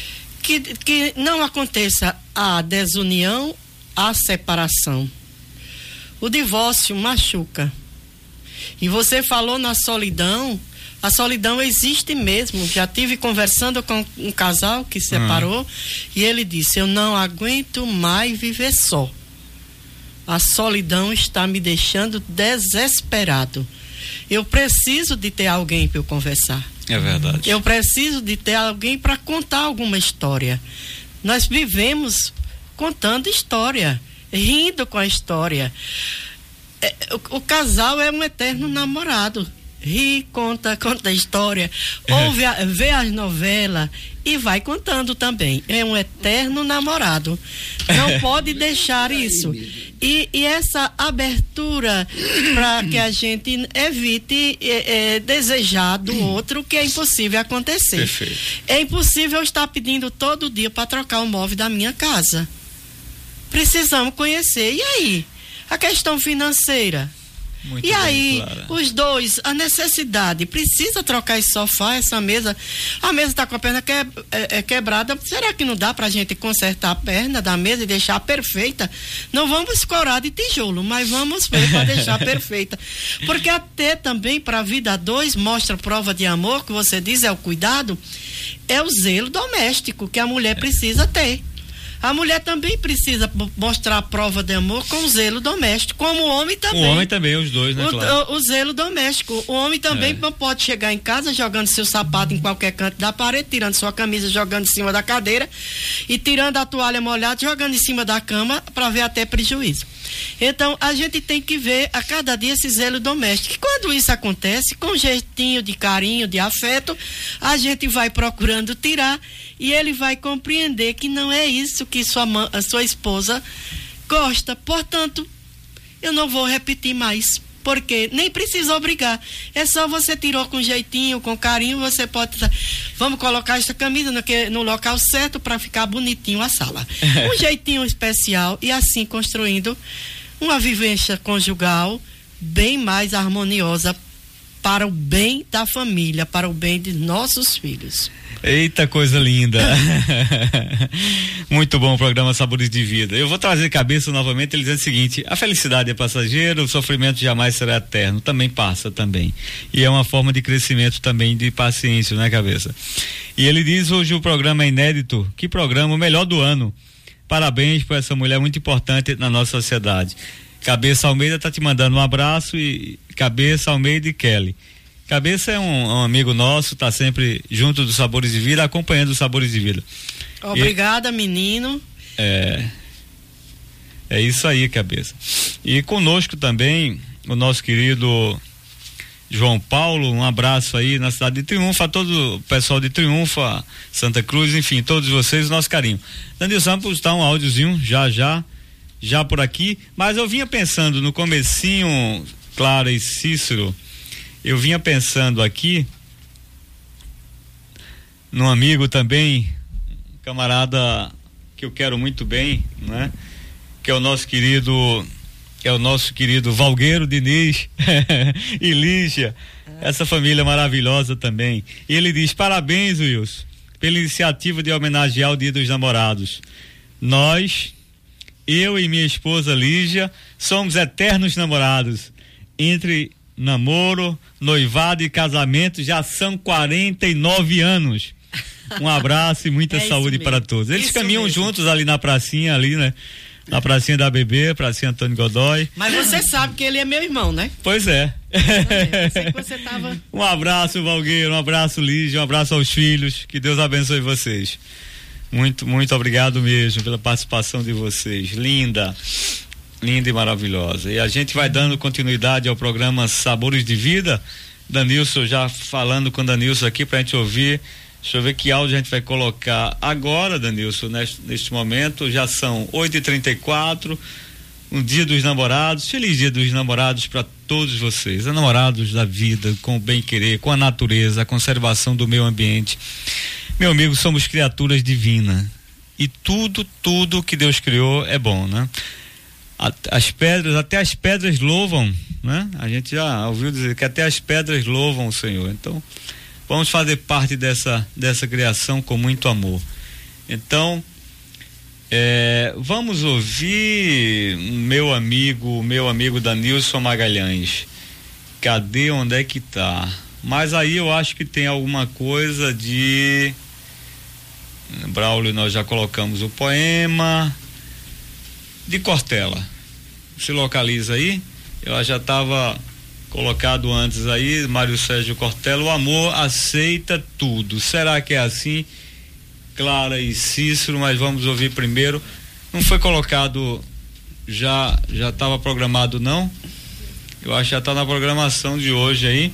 Que não aconteça a desunião, a separação. O divórcio machuca. E você falou na solidão. A solidão existe mesmo. Já tive conversando com um casal que se separou e ele disse: eu não aguento mais viver só. A solidão está me deixando desesperado. Eu preciso de ter alguém para eu conversar. É verdade. Eu preciso de ter alguém para contar alguma história. Nós vivemos contando história, rindo com a história. O casal é um eterno namorado. Ri, conta a história, vê as novelas e vai contando também. É um eterno namorado. Não pode deixar isso. E essa abertura para que a gente evite desejar do outro, que é impossível acontecer. Perfeito. É impossível estar pedindo todo dia para trocar o móvel da minha casa. Precisamos conhecer. E aí? A questão financeira. Muito e bem, aí, Clara. Os dois, a necessidade, precisa trocar esse sofá, essa mesa. A mesa está com a perna quebrada. Será que não dá pra gente consertar a perna da mesa e deixar perfeita? Não vamos escorar de tijolo, mas vamos ver para deixar perfeita. Porque até também para a vida a dois mostra prova de amor, que você diz é o cuidado, é o zelo doméstico que a mulher precisa ter. A mulher também precisa mostrar a prova de amor com o zelo doméstico, como o homem também. O homem também, os dois, né, claro. O zelo doméstico. O homem também não pode chegar em casa jogando seu sapato em qualquer canto da parede, tirando sua camisa, jogando em cima da cadeira e tirando a toalha molhada, jogando em cima da cama para ver até prejuízo. Então, a gente tem que ver a cada dia esse zelo doméstico. E quando isso acontece, com um jeitinho de carinho, de afeto, a gente vai procurando tirar e ele vai compreender que não é isso que a sua esposa gosta. Portanto, eu não vou repetir mais, porque nem precisa obrigar. É só você tirou com jeitinho, com carinho, você pode... Vamos colocar esta camisa no local certo para ficar bonitinho a sala. Um jeitinho especial e assim construindo uma vivência conjugal bem mais harmoniosa para o bem da família, para o bem de nossos filhos. Eita, coisa linda. Muito bom o programa Sabores de Vida. Eu vou trazer cabeça novamente, ele dizendo o seguinte: a felicidade é passageira, o sofrimento jamais será eterno, também passa também. E é uma forma de crescimento também, de paciência, né, cabeça? E ele diz: hoje o programa é inédito. Que programa, o melhor do ano. Parabéns por essa mulher muito importante na nossa sociedade. Cabeça Almeida tá te mandando um abraço, e Cabeça Almeida e Kelly. Cabeça é um amigo nosso, tá sempre junto dos Sabores de Vida, acompanhando os Sabores de Vida. Obrigada, menino. É isso aí, Cabeça. E conosco também o nosso querido João Paulo, um abraço aí na cidade de Triunfo, a todo o pessoal de Triunfo, a Santa Cruz, enfim, todos vocês, nosso carinho. Danilson, vamos postar um áudiozinho já por aqui, mas eu vinha pensando no comecinho, Clara e Cícero, eu vinha pensando aqui num amigo também, camarada que eu quero muito bem, né? Que é o nosso querido Valgueiro Diniz e Lígia, essa família maravilhosa também. E ele diz: parabéns, Wilson, pela iniciativa de homenagear o Dia dos Namorados. Nós, eu e minha esposa Lígia, somos eternos namorados. Entre namoro, noivado e casamento já são 49 anos. Um abraço e muita saúde para todos. Eles caminham juntos ali na pracinha ali, né? Na pracinha da Bebê, pracinha Antônio Godoy. Mas você sabe que ele é meu irmão, né? Pois é. Eu sei que você tava... Um abraço, Valgueiro, um abraço, Lígia, um abraço aos filhos, que Deus abençoe vocês. Muito, muito obrigado mesmo pela participação de vocês. Linda e maravilhosa. E a gente vai dando continuidade ao programa Sabores de Vida. Danilson, já falando com o Danilson aqui pra gente ouvir. Deixa eu ver que áudio a gente vai colocar agora, Danilson, neste momento. Já são 8h34, um dia dos namorados. Feliz dia dos namorados para todos vocês, namorados da vida, com o bem querer, com a natureza, a conservação do meio ambiente. Meu amigo, somos criaturas divinas e tudo que Deus criou é bom, né? Até as pedras louvam, né? A gente já ouviu dizer que até as pedras louvam o Senhor. Então, vamos fazer parte dessa criação com muito amor. Então, vamos ouvir meu amigo Danilson Magalhães. Cadê, onde é que tá? Mas aí eu acho que tem alguma coisa de Braulio, nós já colocamos o poema de Cortella. Se localiza aí? Eu já estava colocado antes aí, Mário Sérgio Cortella, o amor aceita tudo. Será que é assim? Clara e Cícero, mas vamos ouvir primeiro. Não foi colocado, já estava programado, não? Eu acho que já está na programação de hoje aí.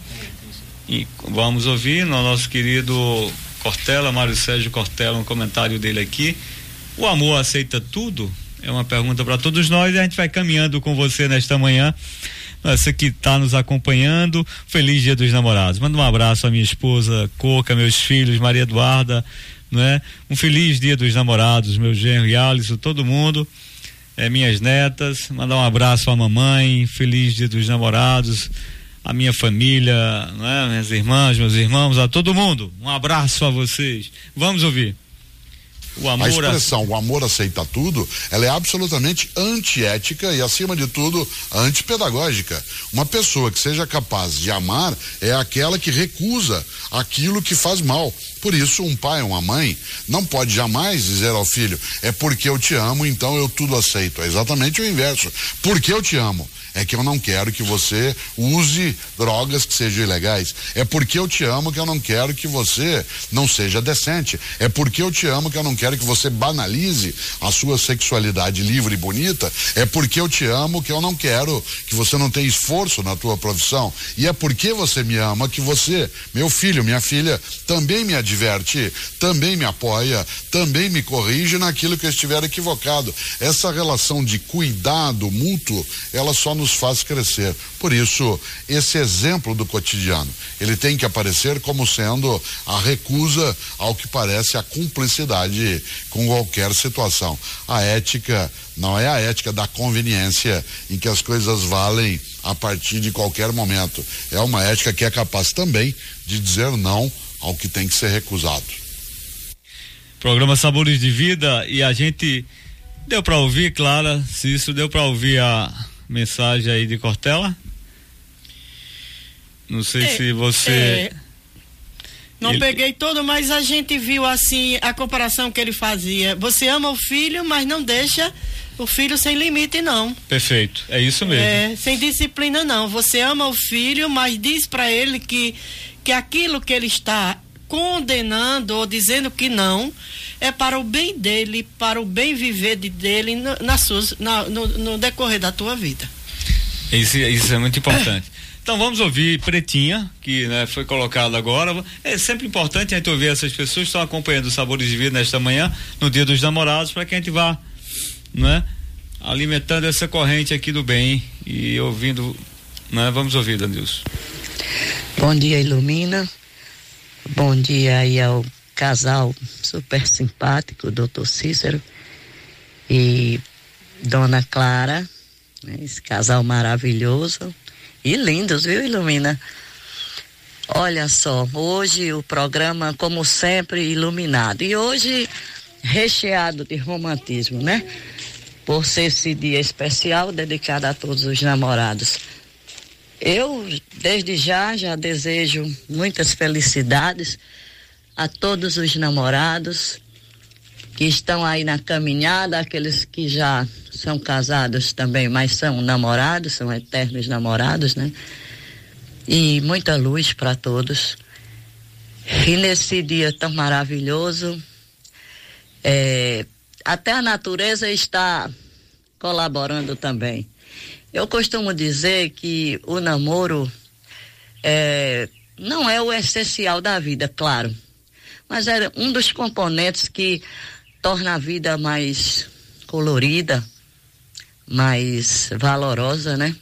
E vamos ouvir no nosso querido Cortella, Mário Sérgio Cortella, um comentário dele aqui. O amor aceita tudo? É uma pergunta para todos nós e a gente vai caminhando com você nesta manhã. Você que está nos acompanhando, feliz dia dos namorados. Manda um abraço à minha esposa Coca, meus filhos, Maria Eduarda, não é? Um feliz dia dos namorados, meu genro e Alisson, todo mundo, minhas netas. Mandar um abraço à mamãe, feliz dia dos namorados, a minha família, não é? Minhas irmãs, meus irmãos, a todo mundo. Um abraço a vocês. Vamos ouvir. A expressão o amor aceita tudo, ela é absolutamente antiética e, acima de tudo, antipedagógica. Uma pessoa que seja capaz de amar é aquela que recusa aquilo que faz mal. Por isso, um pai, uma mãe, não pode jamais dizer ao filho, é porque eu te amo, então eu tudo aceito. É exatamente o inverso. Porque eu te amo. É que eu não quero que você use drogas que sejam ilegais. É porque eu te amo que eu não quero que você não seja decente. É porque eu te amo que eu não quero que você banalize a sua sexualidade livre e bonita. É porque eu te amo que eu não quero que você não tenha esforço na tua profissão. E é porque você me ama que você, meu filho, minha filha, também me adverte, também me apoia, também me corrige naquilo que eu estiver equivocado. Essa relação de cuidado mútuo, ela só nos faz crescer. Por isso, esse exemplo do cotidiano, ele tem que aparecer como sendo a recusa ao que parece a cumplicidade com qualquer situação. A ética não é a ética da conveniência, em que as coisas valem a partir de qualquer momento. É uma ética que é capaz também de dizer não ao que tem que ser recusado. Programa Sabores de Vida, e a gente deu para ouvir, Clara, se isso deu para ouvir a mensagem aí de Cortella? Não sei se você... Não peguei todo, mas a gente viu assim a comparação que ele fazia. Você ama o filho, mas não deixa o filho sem limite, não. Perfeito, é isso mesmo. Sem disciplina, não. Você ama o filho, mas diz para ele que aquilo que ele está condenando ou dizendo que não é para o bem dele, para o bem viver dele no decorrer da tua vida. Isso é muito importante. Então vamos ouvir Pretinha, que foi colocado agora. É sempre importante a gente ouvir essas pessoas que estão acompanhando os Sabores de Vida nesta manhã, no Dia dos Namorados, para que a gente vá, alimentando essa corrente aqui do bem e ouvindo, Vamos ouvir, Danilson. Bom dia, Ilumina. Bom dia aí ao casal super simpático, doutor Cícero e Dona Clara, esse casal maravilhoso e lindos, viu, Ilumina? Olha só, hoje o programa, como sempre, iluminado, e hoje recheado de romantismo, por ser esse dia especial dedicado a todos os namorados. Eu, desde já desejo muitas felicidades a todos os namorados, que estão aí na caminhada, aqueles que já são casados também, mas são namorados, são eternos namorados, né? E muita luz para todos. E nesse dia tão maravilhoso, até a natureza está colaborando também. Eu costumo dizer que o namoro não é o essencial da vida, claro, mas é um dos componentes que torna a vida mais colorida, mais valorosa, né?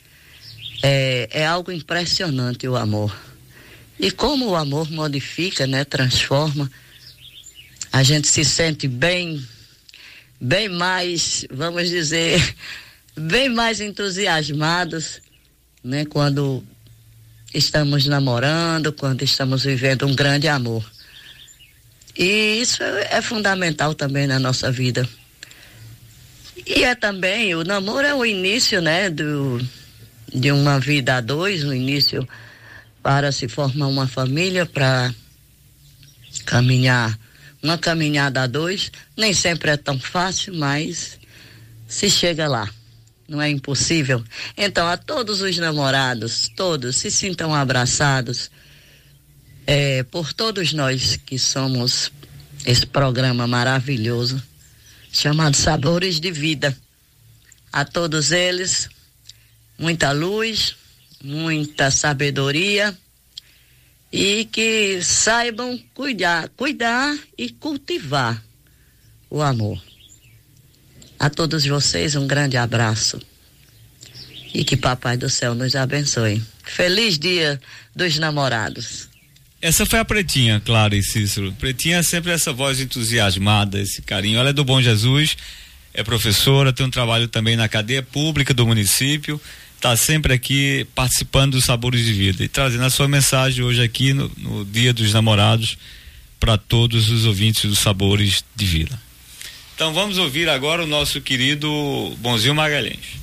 É algo impressionante o amor. E como o amor modifica, né? Transforma. A gente se sente bem mais, vamos dizer, bem mais entusiasmados, né? Quando estamos namorando, quando estamos vivendo um grande amor. E isso é fundamental também na nossa vida. E também, o namoro é o início, né, de uma vida a dois, o início para se formar uma família, para caminhar, uma caminhada a dois. Nem sempre é tão fácil, mas se chega lá. Não é impossível. Então, a todos os namorados, todos se sintam abraçados por todos nós que somos esse programa maravilhoso chamado Sabores de Vida. A todos eles, muita luz, muita sabedoria e que saibam cuidar e cultivar o amor. A todos vocês um grande abraço e que Papai do Céu nos abençoe. Feliz Dia dos Namorados. Essa foi a Pretinha, Clara e Cícero. Pretinha é sempre essa voz entusiasmada, esse carinho. Ela é do Bom Jesus, é professora, tem um trabalho também na cadeia pública do município, está sempre aqui participando dos Sabores de Vida e trazendo a sua mensagem hoje aqui no Dia dos Namorados para todos os ouvintes dos Sabores de Vida. Então vamos ouvir agora o nosso querido Bonzinho Magalhães.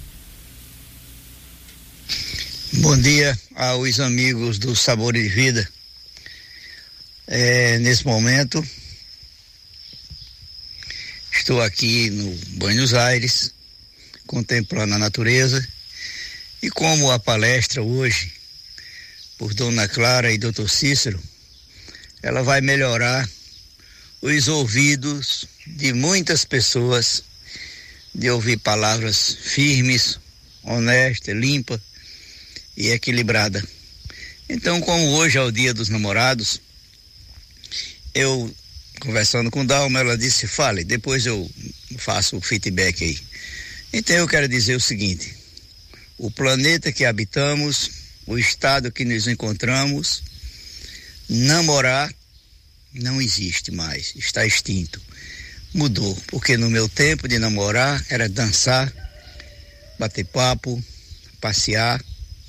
Bom dia aos amigos do Sabores de Vida. Nesse momento estou aqui no Buenos Aires contemplando a natureza e como a palestra hoje por Dona Clara e Dr. Cícero, ela vai melhorar os ouvidos de muitas pessoas, de ouvir palavras firmes, honestas, limpas e equilibradas. Então, como hoje é o Dia dos Namorados, eu, conversando com Dalma, ela disse, fale, depois eu faço o feedback aí. Então eu quero dizer o seguinte, o planeta que habitamos, o estado que nos encontramos, namorar não existe mais, está extinto. Mudou, porque no meu tempo de namorar era dançar, bater papo, passear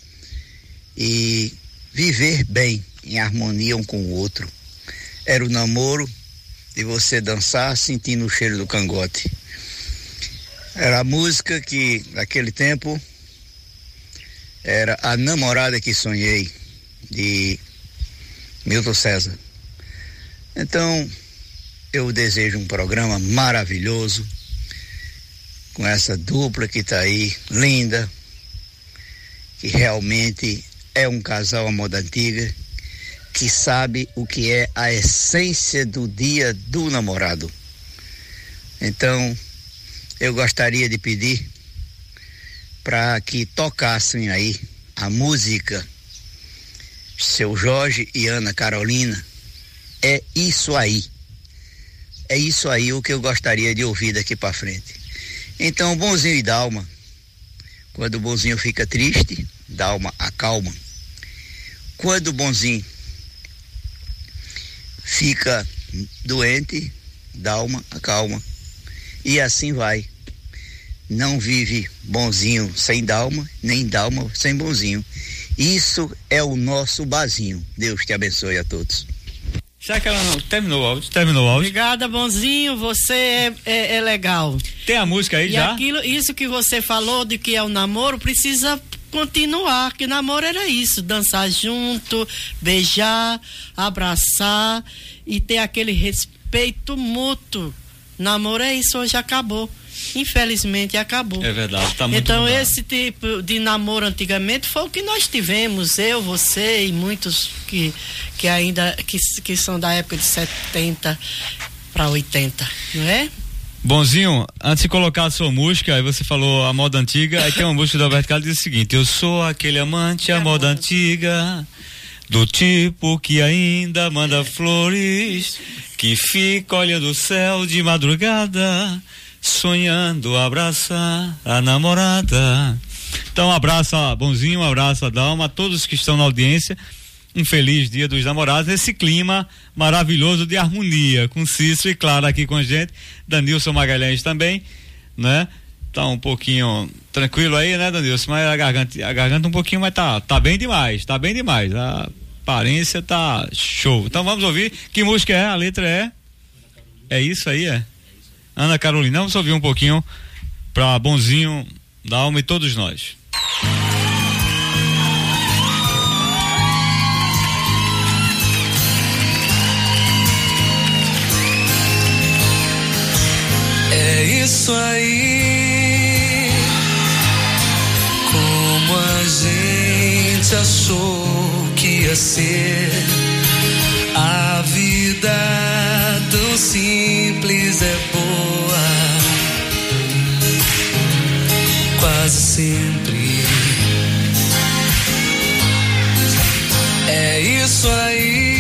e viver bem, em harmonia um com o outro. Era o namoro de você dançar sentindo o cheiro do cangote. Era a música que, naquele tempo, era A Namorada que Sonhei, de Milton César. Então, eu desejo um programa maravilhoso, com essa dupla que está aí, linda, que realmente é um casal à moda antiga, que sabe o que é a essência do Dia do Namorado. Então, eu gostaria de pedir para que tocassem aí a música Seu Jorge e Ana Carolina. É isso aí o que eu gostaria de ouvir daqui para frente. Então, Bonzinho e Dalma, quando o Bonzinho fica triste, Dalma acalma. Quando o Bonzinho fica doente, Dalma acalma. E assim vai. Não vive Bonzinho sem Dalma, nem Dalma sem Bonzinho. Isso é o nosso barzinho. Deus te abençoe a todos. Já que ela não terminou o áudio. Obrigada, Bonzinho, você é legal. Tem a música aí já? Isso que você falou de que é o namoro, precisa continuar, que namoro era isso, dançar junto, beijar, abraçar e ter aquele respeito mútuo Namoro é isso, hoje acabou. Infelizmente acabou. É verdade, tá muito Então mudado. esse tipo de namoro antigamente foi o que nós tivemos, eu, você e muitos que ainda que são da época de 70 para 80, não é? Bonzinho, antes de colocar a sua música, aí você falou a moda antiga, aí tem uma música do Alberto Carlos que diz o seguinte: eu sou aquele amante, a moda antiga, do tipo que ainda manda flores, que fica olhando o céu de madrugada, sonhando abraçar a namorada. Então, um abraço a Bonzinho, um abraço a Dalma, a todos que estão na audiência. Um feliz Dia dos Namorados, esse clima maravilhoso de harmonia, com Cícero e Clara aqui com a gente, Danilson Magalhães também, né? Tá um pouquinho tranquilo aí, né, Danilson? Mas a garganta um pouquinho, mas tá bem demais, a aparência tá show. Então vamos ouvir, que música é? A letra é isso aí, é? Ana Carolina, vamos ouvir um pouquinho pra Bonzinho, Dalma e todos nós. É isso aí, como a gente achou que ia ser. A vida tão simples é boa, quase sempre. É isso aí,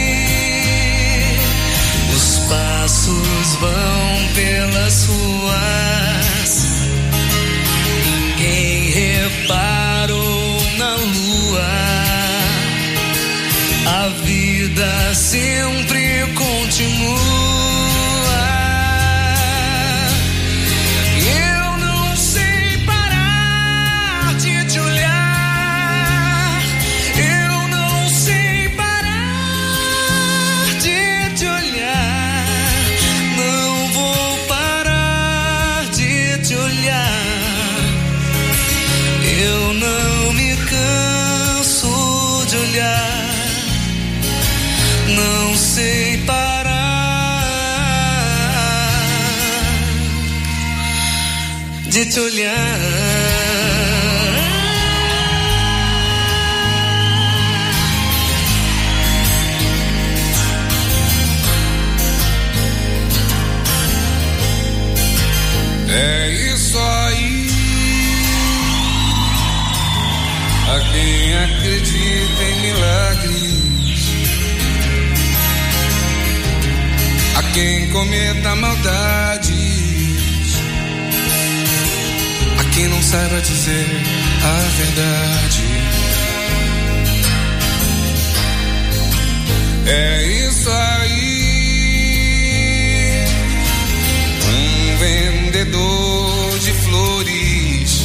os passos vão pelas ruas, ninguém reparou na lua, a vida sempre continua. Eu não sei parar de te olhar, eu não sei parar de te olhar, não vou parar de te olhar, eu não me canso de olhar, não sei parar de te olhar. É isso aí, a quem acredita em milagres, a quem cometa maldades, a quem não saiba dizer a verdade. É isso aí, um vendedor de flores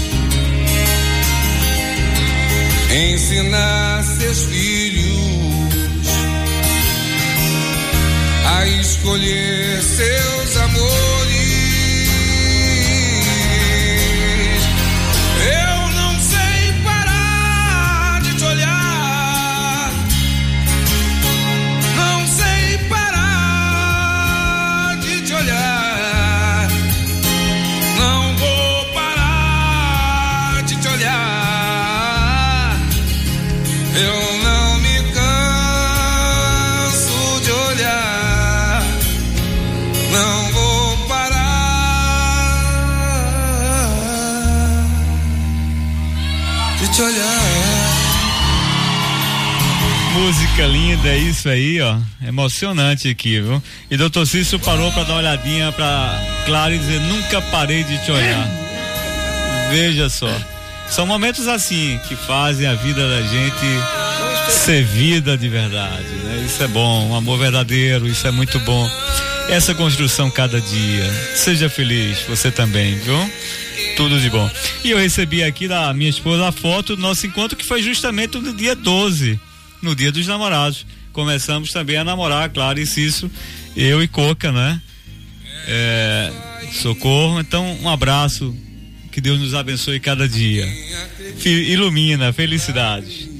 ensinar seus filhos a escolher seus amores. Eu não sei parar de te olhar, não sei parar de te olhar, não vou parar de te olhar, eu não me canso de olhar, não vou parar de te olhar. Música linda, é isso aí, ó. Emocionante aqui, viu? E Dr. Cícero parou pra dar uma olhadinha pra Clara e dizer: nunca parei de te olhar. Veja só. São momentos assim que fazem a vida da gente ser vida de verdade, né? Isso é bom, um amor verdadeiro, isso é muito bom. Essa construção cada dia. Seja feliz, você também, viu? Tudo de bom. E eu recebi aqui da minha esposa a foto do nosso encontro, que foi justamente no dia 12, no Dia dos Namorados. Começamos também a namorar, Clara e Cícero, eu e Coca, né? Socorro. Então, um abraço, que Deus nos abençoe cada dia. Ilumina, felicidades.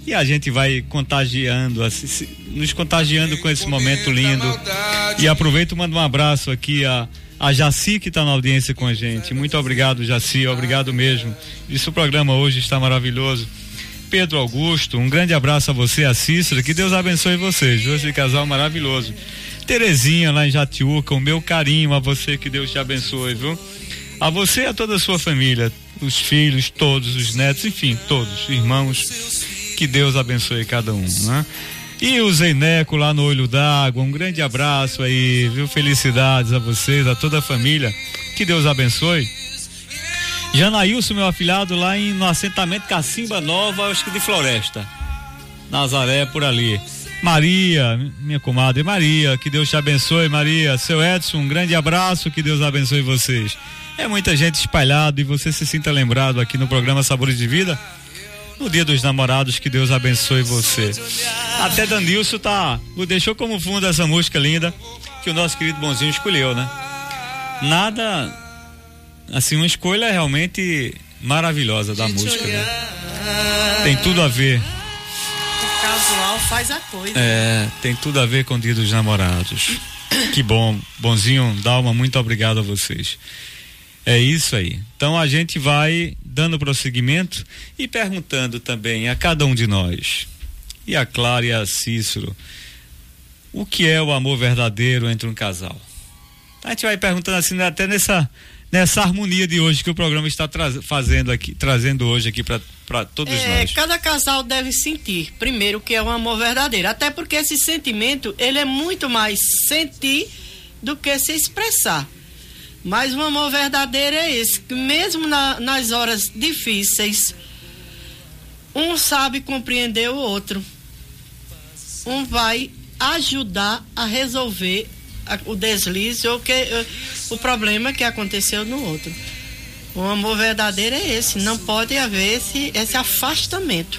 E a gente vai contagiando, assim, nos contagiando com esse momento lindo. E aproveito e mando um abraço aqui a Jaci, que está na audiência com a gente. Muito obrigado, Jaci, obrigado mesmo. Isso, o programa hoje está maravilhoso. Pedro Augusto, um grande abraço a você, a Cícera, que Deus abençoe vocês, esse casal maravilhoso. Terezinha, lá em Jatiuca, o meu carinho a você, que Deus te abençoe, viu? A você e a toda a sua família, os filhos, todos, os netos, enfim, todos, irmãos, que Deus abençoe cada um, né? E o Zeineco lá no Olho d'Água, um grande abraço aí, viu? Felicidades a vocês, a toda a família, que Deus abençoe. Janailson, meu afilhado, lá no assentamento Cacimba Nova, acho que de Floresta, Nazaré, por ali. Maria, minha comadre Maria, que Deus te abençoe, Maria. Seu Edson, um grande abraço, que Deus abençoe vocês. É muita gente espalhada e você se sinta lembrado aqui no programa Sabores de Vida, no Dia dos Namorados, que Deus abençoe você. Até Danilson deixou como fundo essa música linda que o nosso querido Bonzinho escolheu, né? Nada, assim, uma escolha realmente maravilhosa da música, né? Tem tudo a ver. O casual faz a coisa. Tem tudo a ver com o Dia dos Namorados. Que bom, Bonzinho, Dalma, muito obrigado a vocês. É isso aí. Então a gente vai dando prosseguimento e perguntando também a cada um de nós, e a Clara e a Cícero, o que é o amor verdadeiro entre um casal? A gente vai perguntando assim, até nessa harmonia de hoje que o programa está trazendo hoje aqui para todos nós. Cada casal deve sentir primeiro o que é um amor verdadeiro, até porque esse sentimento, ele é muito mais sentir do que se expressar. Mas o amor verdadeiro é esse, que mesmo nas horas difíceis, um sabe compreender o outro. Um vai ajudar a resolver o deslize ou o problema que aconteceu no outro. O amor verdadeiro é esse, não pode haver esse afastamento.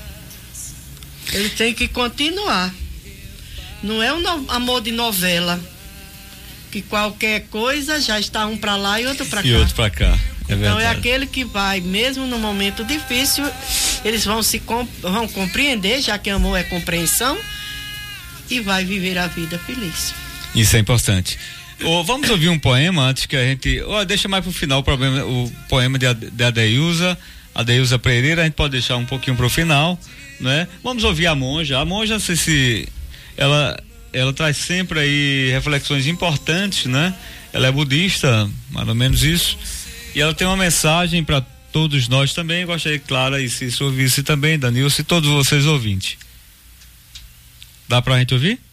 Ele tem que continuar. Não é um amor de novela, que qualquer coisa já está um para lá e outro para cá. E outro para cá. Então é aquele que vai, mesmo no momento difícil, eles vão compreender, já que amor é compreensão, e vai viver a vida feliz. Isso é importante. Vamos ouvir um poema antes que a gente. Deixa mais pro final o poema de Adeusa Pereira, a gente pode deixar um pouquinho pro final, né? Vamos ouvir a monja. A monja, ela traz sempre aí reflexões importantes, né? Ela é budista, mais ou menos isso, e ela tem uma mensagem para todos nós também. Gostaria que Clara e Cícero ouvisse também, Danilson e todos vocês ouvintes. Dá pra gente ouvir?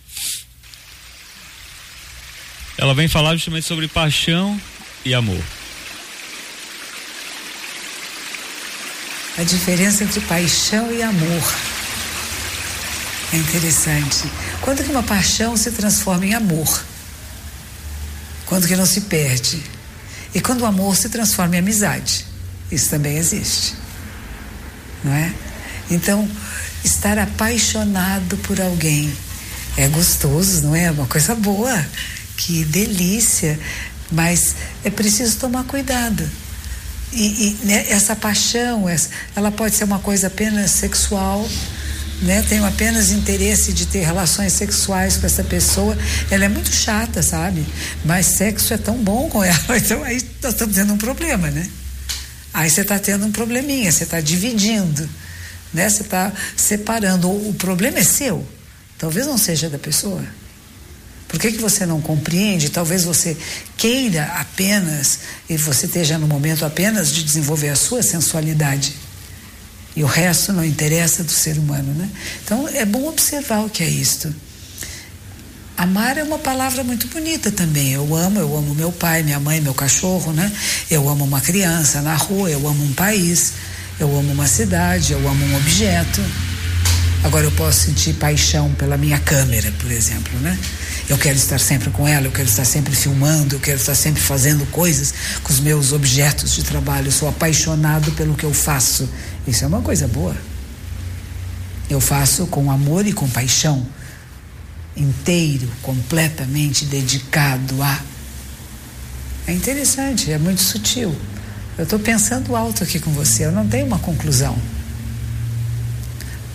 Ela vem falar justamente sobre paixão e amor. A diferença entre paixão e amor é interessante. Quando que uma paixão se transforma em amor? Quando que não se perde? E quando o amor se transforma em amizade? Isso também existe, não é? Então, estar apaixonado por alguém é gostoso, não é? Uma coisa boa, que delícia, mas é preciso tomar cuidado. Né, essa paixão, ela pode ser uma coisa apenas sexual, né? Tenho apenas interesse de ter relações sexuais com essa pessoa, ela é muito chata, sabe? Mas sexo é tão bom com ela, então aí nós estamos tendo um problema, né? Aí você está tendo um probleminha, você está dividindo, né? Você está separando, o problema é seu, talvez não seja da pessoa. Por que você não compreende? Talvez você queira apenas, e você esteja no momento apenas de desenvolver a sua sensualidade. E o resto não interessa do ser humano, né? Então é bom observar o que é isto. Amar é uma palavra muito bonita também. Eu amo meu pai, minha mãe, meu cachorro, né? Eu amo uma criança na rua, eu amo um país, eu amo uma cidade, eu amo um objeto. Agora eu posso sentir paixão pela minha câmera, por exemplo, né? Eu quero estar sempre com ela, eu quero estar sempre filmando, eu quero estar sempre fazendo coisas com os meus objetos de trabalho. Eu sou apaixonado pelo que eu faço. Isso é uma coisa boa. Eu faço com amor e com paixão, inteiro, completamente dedicado a. É interessante, é muito sutil. Eu estou pensando alto aqui com você, eu não tenho uma conclusão.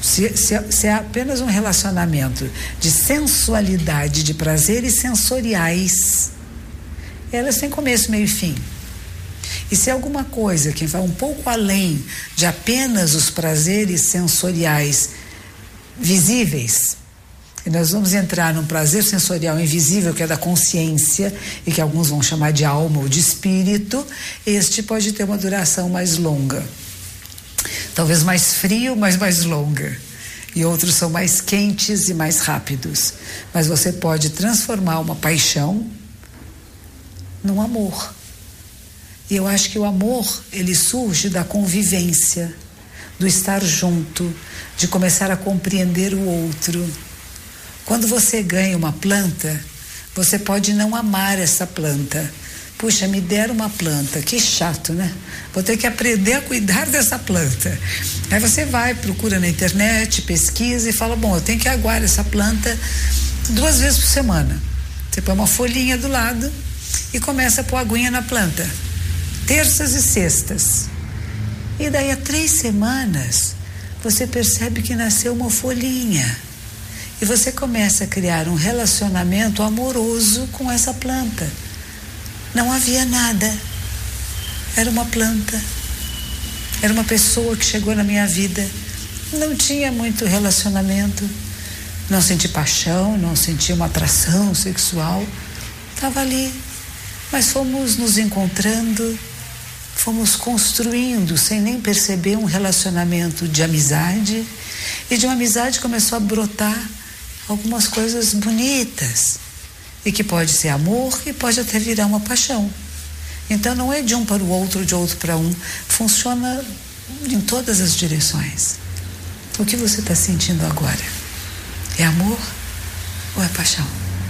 Se é apenas um relacionamento de sensualidade, de prazeres sensoriais, elas têm começo, meio e fim. E se é alguma coisa que vai um pouco além de apenas os prazeres sensoriais visíveis, e nós vamos entrar num prazer sensorial invisível, que é da consciência, e que alguns vão chamar de alma ou de espírito, este pode ter uma duração mais longa. Talvez mais frio, mas mais longa. E outros são mais quentes e mais rápidos. Mas você pode transformar uma paixão num amor. E eu acho que o amor, ele surge da convivência, do estar junto, de começar a compreender o outro. Quando você ganha uma planta, você pode não amar essa planta. Puxa, me deram uma planta, que chato, né? Vou ter que aprender a cuidar dessa planta. Aí você vai, procura na internet, pesquisa e fala, bom, eu tenho que aguar essa planta 2 vezes por semana. Você põe uma folhinha do lado e começa a pôr aguinha na planta. Terças e sextas. E daí a 3 semanas, você percebe que nasceu uma folhinha. E você começa a criar um relacionamento amoroso com essa planta. Não havia nada. Era uma planta. Era uma pessoa que chegou na minha vida. Não tinha muito relacionamento. Não senti paixão, não senti uma atração sexual. Estava ali. Mas fomos nos encontrando, fomos construindo, sem nem perceber, um relacionamento de amizade. E de uma amizade começou a brotar algumas coisas bonitas. E que pode ser amor e pode até virar uma paixão. Então não é de um para o outro, de outro para um. Funciona em todas as direções. O que você está sentindo agora? É amor ou é paixão?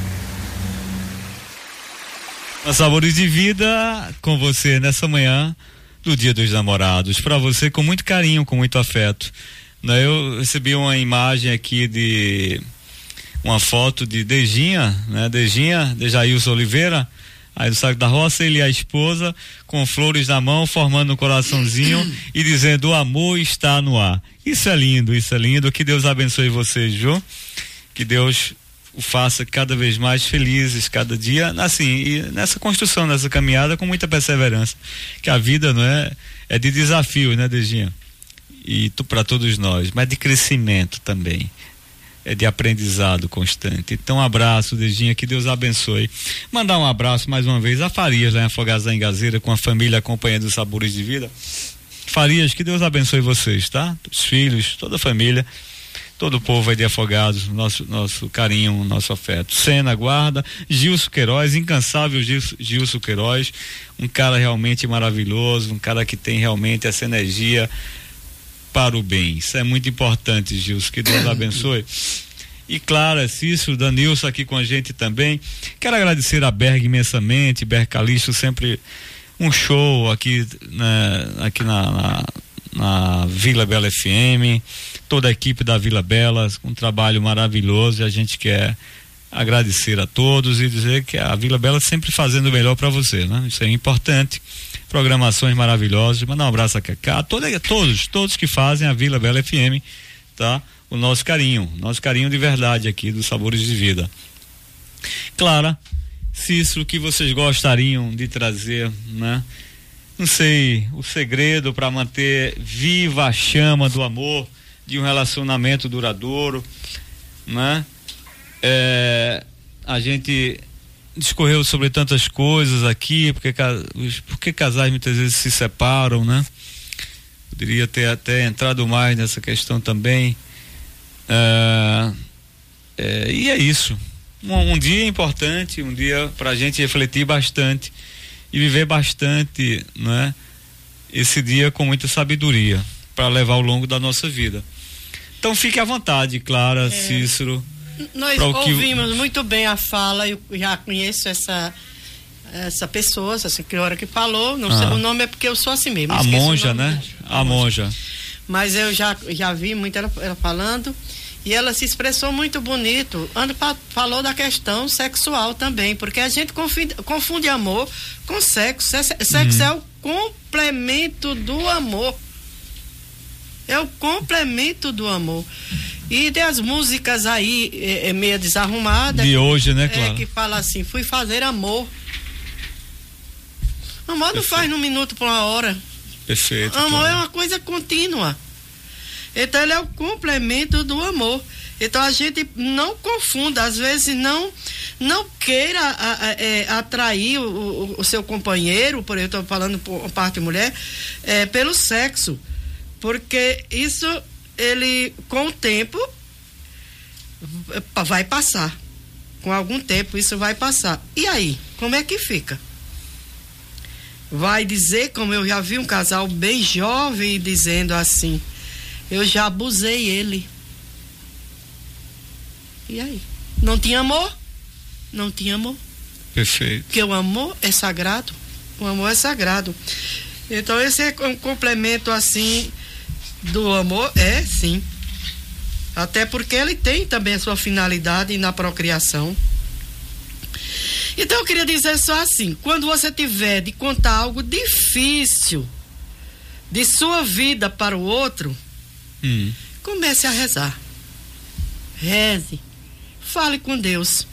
Sabores de Vida com você nessa manhã do Dia dos Namorados. Para você com muito carinho, com muito afeto. Eu recebi uma imagem aqui de uma foto de Dejinha, né? Dejailson Oliveira, aí do Saco da Roça, ele e a esposa com flores na mão, formando um coraçãozinho e dizendo: o amor está no ar. Isso é lindo. Que Deus abençoe vocês, viu? Que Deus o faça cada vez mais felizes, cada dia, assim, e nessa construção, nessa caminhada com muita perseverança, que a vida não é de desafio, né, Dejinha? E para todos nós, mas de crescimento também. É de aprendizado constante. Então, um abraço, Dejinha, que Deus abençoe. Mandar um abraço mais uma vez a Farias, lá em Afogados da Engazeira, com a família acompanhando os Sabores de Vida. Farias, que Deus abençoe vocês, tá? Os filhos, toda a família, todo o povo aí de Afogados, nosso carinho, nosso afeto. Sena Guarda, Gilson Queiroz, incansável Gilson Queiroz, um cara realmente maravilhoso, um cara que tem realmente essa energia para o bem. Isso é muito importante, Gilson, que Deus abençoe. E Clara, Cícero, Danilson aqui com a gente também. Quero agradecer a Berg imensamente, Berg Calixto, sempre um show aqui, né, aqui na Vila Bela FM, toda a equipe da Vila Bela, um trabalho maravilhoso, e a gente quer agradecer a todos e dizer que a Vila Bela sempre fazendo o melhor para você, né? Isso é importante. Programações maravilhosas. Mandar um abraço aqui a todos que fazem a Vila Bela FM, tá? O nosso carinho de verdade aqui dos Sabores de Vida. Clara, Cícero, o que vocês gostariam de trazer, né? Não sei, o segredo para manter viva a chama do amor, de um relacionamento duradouro, né? A gente discorreu sobre tantas coisas aqui, porque casais muitas vezes se separam, né? Poderia ter até entrado mais nessa questão também. E é isso. Um dia importante, um dia para a gente refletir bastante e viver bastante, né? Esse dia com muita sabedoria para levar ao longo da nossa vida. Então fique à vontade, Clara, Cícero. Nós ouvimos muito bem a fala, eu já conheço essa pessoa, essa senhora que falou, não sei o nome, é porque eu sou assim mesmo. A monja, né? A monja. Mas eu já vi muito ela falando, e ela se expressou muito bonito, falou da questão sexual também, porque a gente confunde amor com sexo. Sexo é o complemento do amor. É o complemento do amor. E tem as músicas aí, meia desarrumadas. De hoje, né, Clara? Que fala assim, fui fazer amor. Amor não faz num minuto por uma hora. Perfeito. Amor Clara. é uma coisa contínua. Então ele é o complemento do amor. Então a gente não confunda, às vezes não queira atrair o seu companheiro, por eu estou falando por parte mulher, pelo sexo. Porque isso, ele, com o tempo, vai passar. Com algum tempo, isso vai passar. E aí, como é que fica? Vai dizer, como eu já vi um casal bem jovem dizendo assim, eu já abusei ele. E aí? Não tinha amor? Não tinha amor. Perfeito. Porque o amor é sagrado. O amor é sagrado. Então esse é um complemento assim do amor, sim. Até porque ele tem também a sua finalidade na procriação. Então eu queria dizer só assim, quando você tiver de contar algo difícil de sua vida para o outro, comece a rezar. Reze. Fale com Deus.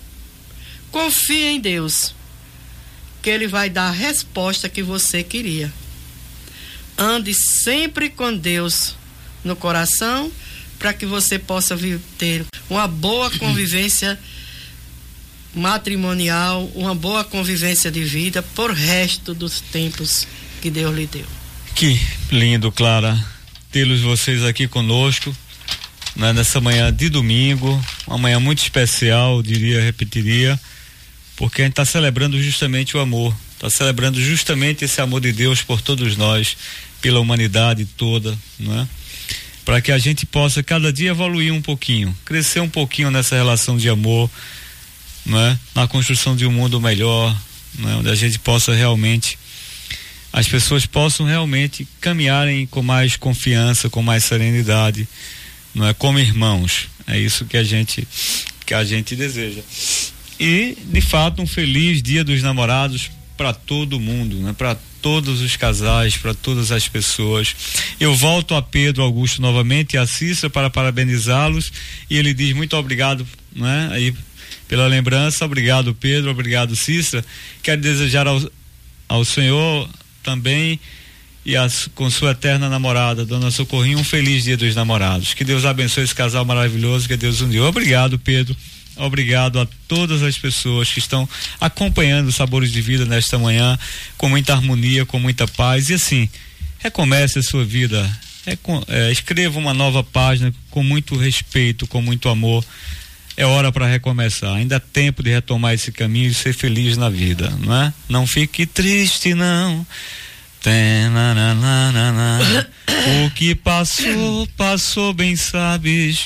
Confie em Deus, que Ele vai dar a resposta que você queria. Ande sempre com Deus no coração, para que você possa ter uma boa convivência matrimonial, uma boa convivência de vida por resto dos tempos que Deus lhe deu. Que lindo, Clara, tê-los vocês aqui conosco, né, nessa manhã de domingo, uma manhã muito especial, repetiria, porque a gente está celebrando justamente o amor, está celebrando justamente esse amor de Deus por todos nós, pela humanidade toda, não é? Para que a gente possa cada dia evoluir um pouquinho, crescer um pouquinho nessa relação de amor, não é? Na construção de um mundo melhor, não é? Onde a gente possa realmente, as pessoas possam realmente caminharem com mais confiança, com mais serenidade, não é? Como irmãos. É isso que a gente deseja. E de fato um feliz Dia dos Namorados para todo mundo, né? Para todos os casais, para todas as pessoas. Eu volto a Pedro Augusto novamente e a Cícera para parabenizá-los, e ele diz muito obrigado, né? Aí pela lembrança, obrigado Pedro, obrigado Cícera. Quero desejar ao Senhor também e com sua eterna namorada, Dona Socorrinha, um feliz Dia dos Namorados. Que Deus abençoe esse casal maravilhoso, que Deus uniu. Obrigado, Pedro. Obrigado a todas as pessoas que estão acompanhando Sabores de Vida nesta manhã, com muita harmonia, com muita paz. E assim, recomece a sua vida, escreva uma nova página com muito respeito, com muito amor. É hora para recomeçar, ainda há tempo de retomar esse caminho e ser feliz na vida, não é? Não fique triste, não. O que passou bem sabes.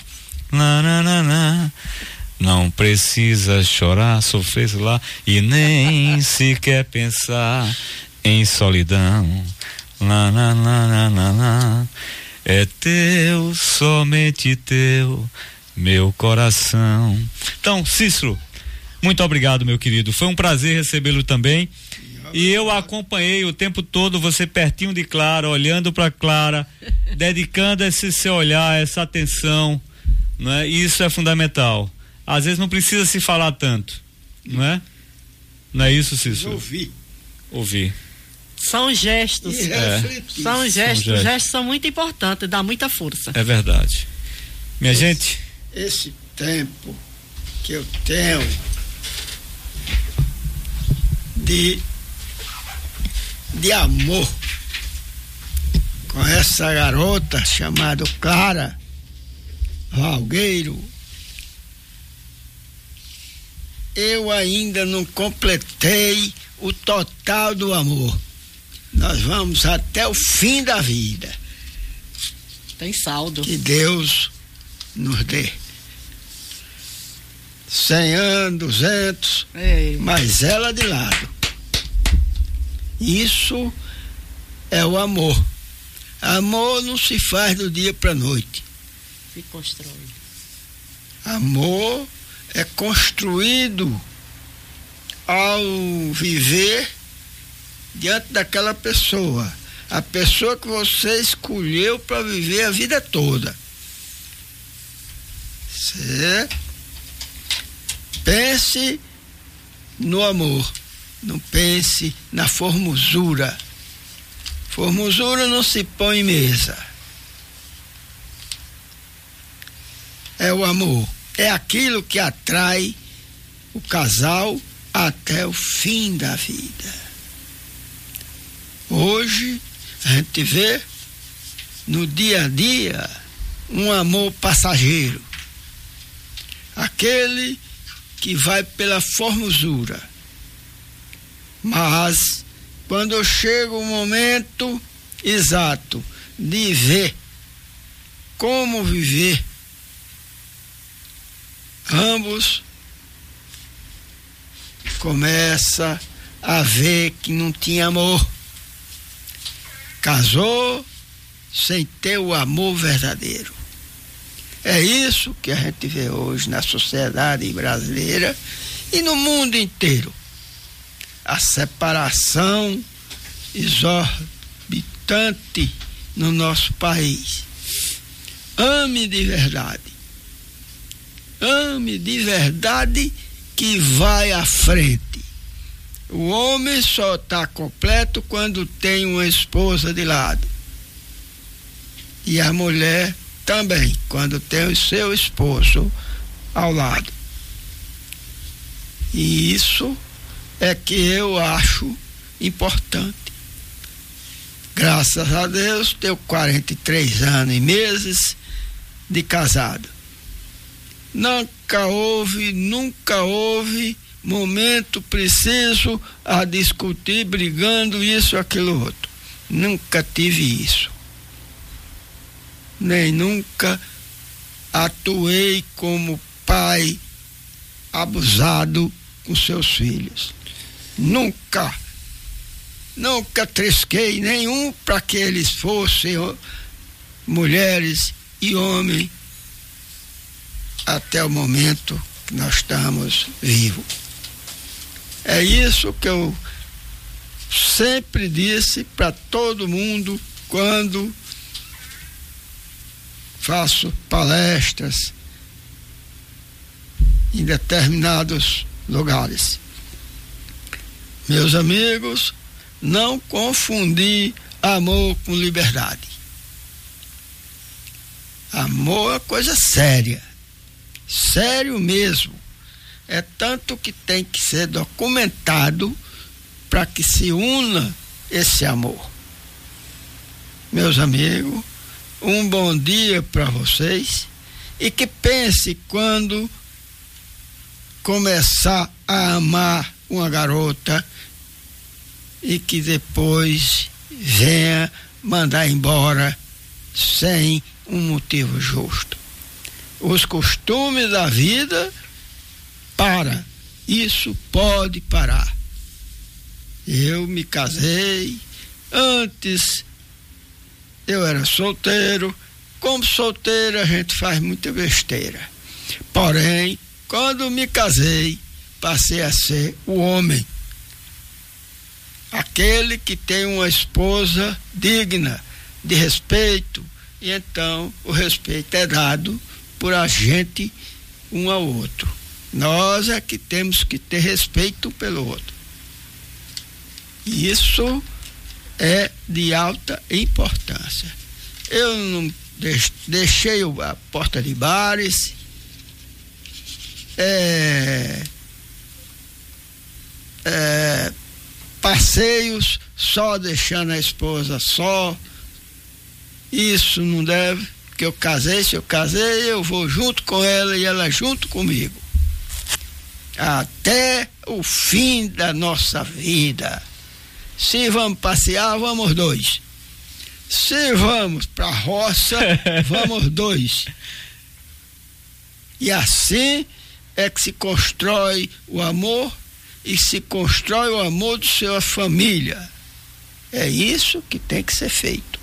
Não precisa chorar, sofrer lá e nem sequer pensar em solidão. É teu, somente teu, meu coração. Então, Cícero, muito obrigado, meu querido. Foi um prazer recebê-lo também. E eu acompanhei o tempo todo você pertinho de Clara, olhando para Clara, dedicando esse seu olhar, essa atenção, não é? Isso é fundamental. Às vezes não precisa se falar tanto, não é? Não é isso, Cícero? Ouvir. São gestos. São gestos. Os gestos são muito importantes, dá muita força. É verdade. Minha gente. Esse tempo que eu tenho de amor com essa garota chamada Clara Valgueiro, eu ainda não completei o total do amor. Nós vamos até o fim da vida. Tem saldo. Que Deus nos dê 100 anos, 200, mas ela de lado. Isso é o amor. Amor não se faz do dia para a noite. Se constrói. Amor é construído ao viver diante daquela pessoa, a pessoa que você escolheu para viver a vida toda. Você pense no amor, não pense na formosura. Formosura não se põe em mesa. É o amor, é aquilo que atrai o casal até o fim da vida. Hoje a gente vê no dia a dia um amor passageiro, aquele que vai pela formosura, mas quando chega o momento exato de ver como viver, ambos começa a ver que não tinha amor. Casou sem ter o amor verdadeiro. É isso que a gente vê hoje na sociedade brasileira e no mundo inteiro. A separação exorbitante no nosso país. Ame de verdade. Ame de verdade que vai à frente. O homem só está completo quando tem uma esposa de lado. E a mulher também, quando tem o seu esposo ao lado. E isso é que eu acho importante. Graças a Deus, tenho 43 anos e meses de casado. Nunca houve momento preciso a discutir, brigando isso, aquilo, outro. Nunca tive isso. Nem nunca atuei como pai abusado com seus filhos. Nunca trisquei nenhum para que eles fossem mulheres e homens até o momento que nós estamos vivos. É isso que eu sempre disse para todo mundo quando faço palestras em determinados lugares. Meus amigos, não confundir amor com liberdade. Amor é coisa séria, sério mesmo. É tanto que tem que ser documentado para que se una esse amor. Meus amigos, um bom dia para vocês e que pense quando começar a amar uma garota e que depois venha mandar embora sem um motivo justo. Os costumes da vida isso pode parar. Eu me casei, antes eu era solteiro. Como solteiro a gente faz muita besteira. Porém, quando me casei, passei a ser o homem. Aquele que tem uma esposa digna, de respeito. E então o respeito é dado por a gente um ao outro. Nós é que temos que ter respeito pelo outro. Isso é de alta importância. Eu não deixei a porta de bares, passeios só deixando a esposa só. Isso não deve, porque eu casei, se eu casei, eu vou junto com ela e ela junto comigo. Até o fim da nossa vida. Se vamos passear, vamos dois. Se vamos para a roça, vamos dois. E assim é que se constrói o amor e se constrói o amor de sua família. É isso que tem que ser feito.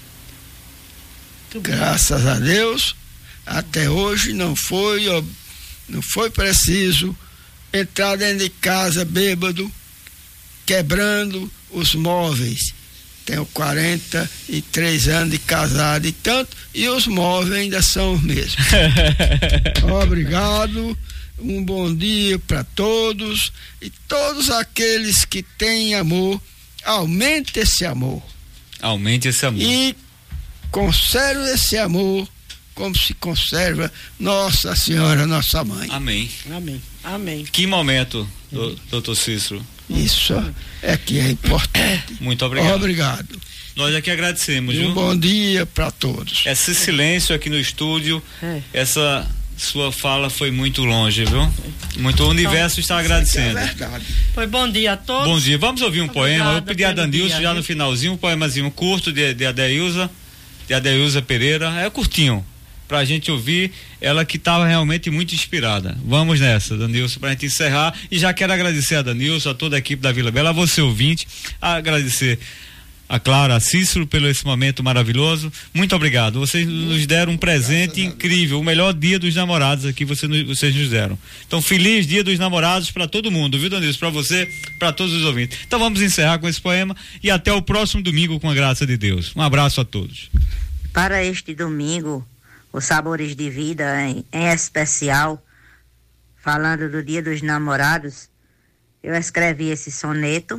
Graças a Deus, até hoje não foi preciso entrar dentro de casa bêbado, quebrando os móveis. Tenho 43 anos de casado e os móveis ainda são os mesmos. Obrigado, um bom dia para todos e todos aqueles que têm amor, aumente esse amor. Aumente esse amor. E conserve esse amor como se conserva Nossa Senhora, nossa mãe. Amém. Amém. Amém. Que momento, doutor Cícero. Isso é que é importante. Muito obrigado. Obrigado. Nós aqui agradecemos, viu? Um bom dia para todos. Esse silêncio aqui no estúdio, essa sua fala foi muito longe, viu? Muito, o universo está agradecendo. É verdade. Foi bom dia a todos. Bom dia. Vamos ouvir um poema. Eu pedi a Danilson já dia, no finalzinho, um poemazinho curto de Adeilza Pereira. É curtinho, pra gente ouvir, ela que estava realmente muito inspirada. Vamos nessa, Danilson, pra gente encerrar. E já quero agradecer a Danilson, a toda a equipe da Vila Bela, a você ouvinte, agradecer a Clara, a Cícero pelo esse momento maravilhoso. Muito obrigado. Vocês nos deram um presente incrível, o melhor dia dos namorados aqui vocês nos deram. Então, feliz dia dos namorados para todo mundo, viu, Danilson? Para você, para todos os ouvintes. Então, vamos encerrar com esse poema e até o próximo domingo, com a graça de Deus. Um abraço a todos. Para este domingo, os Sabores de Vida, em especial, falando do Dia dos Namorados, eu escrevi esse soneto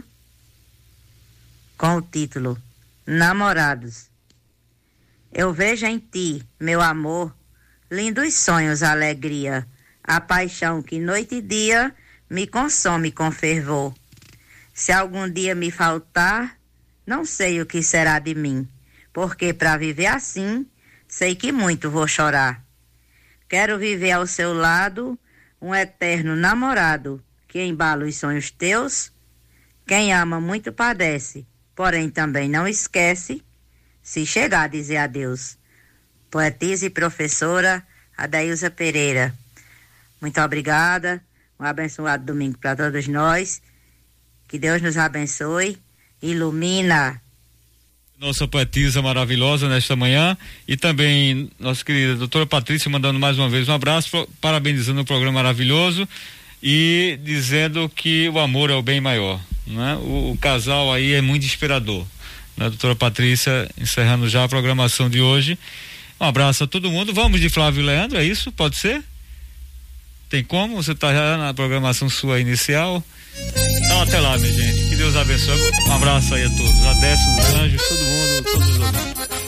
com o título Namorados. Eu vejo em ti, meu amor, lindos sonhos, alegria, a paixão que noite e dia me consome com fervor. Se algum dia me faltar, não sei o que será de mim, porque para viver assim, sei que muito vou chorar. Quero viver ao seu lado, um eterno namorado, que embala os sonhos teus. Quem ama muito padece, porém também não esquece, se chegar a dizer adeus. Poetisa e professora Adeilza Pereira. Muito obrigada, um abençoado domingo para todos nós, que Deus nos abençoe, ilumina. Nossa poetisa maravilhosa nesta manhã, e também nossa querida doutora Patrícia mandando mais uma vez um abraço, parabenizando o programa maravilhoso e dizendo que o amor é o bem maior, né? O casal aí é muito inspirador, né? Doutora Patrícia, encerrando já a programação de hoje. Um abraço a todo mundo. Vamos de Flávio Leandro, é isso? Pode ser? Tem como? Você está já na programação sua inicial? Então até lá, minha gente, que Deus abençoe. Um abraço aí a todos, a Décio, os anjos, todo mundo, todos os ouvintes.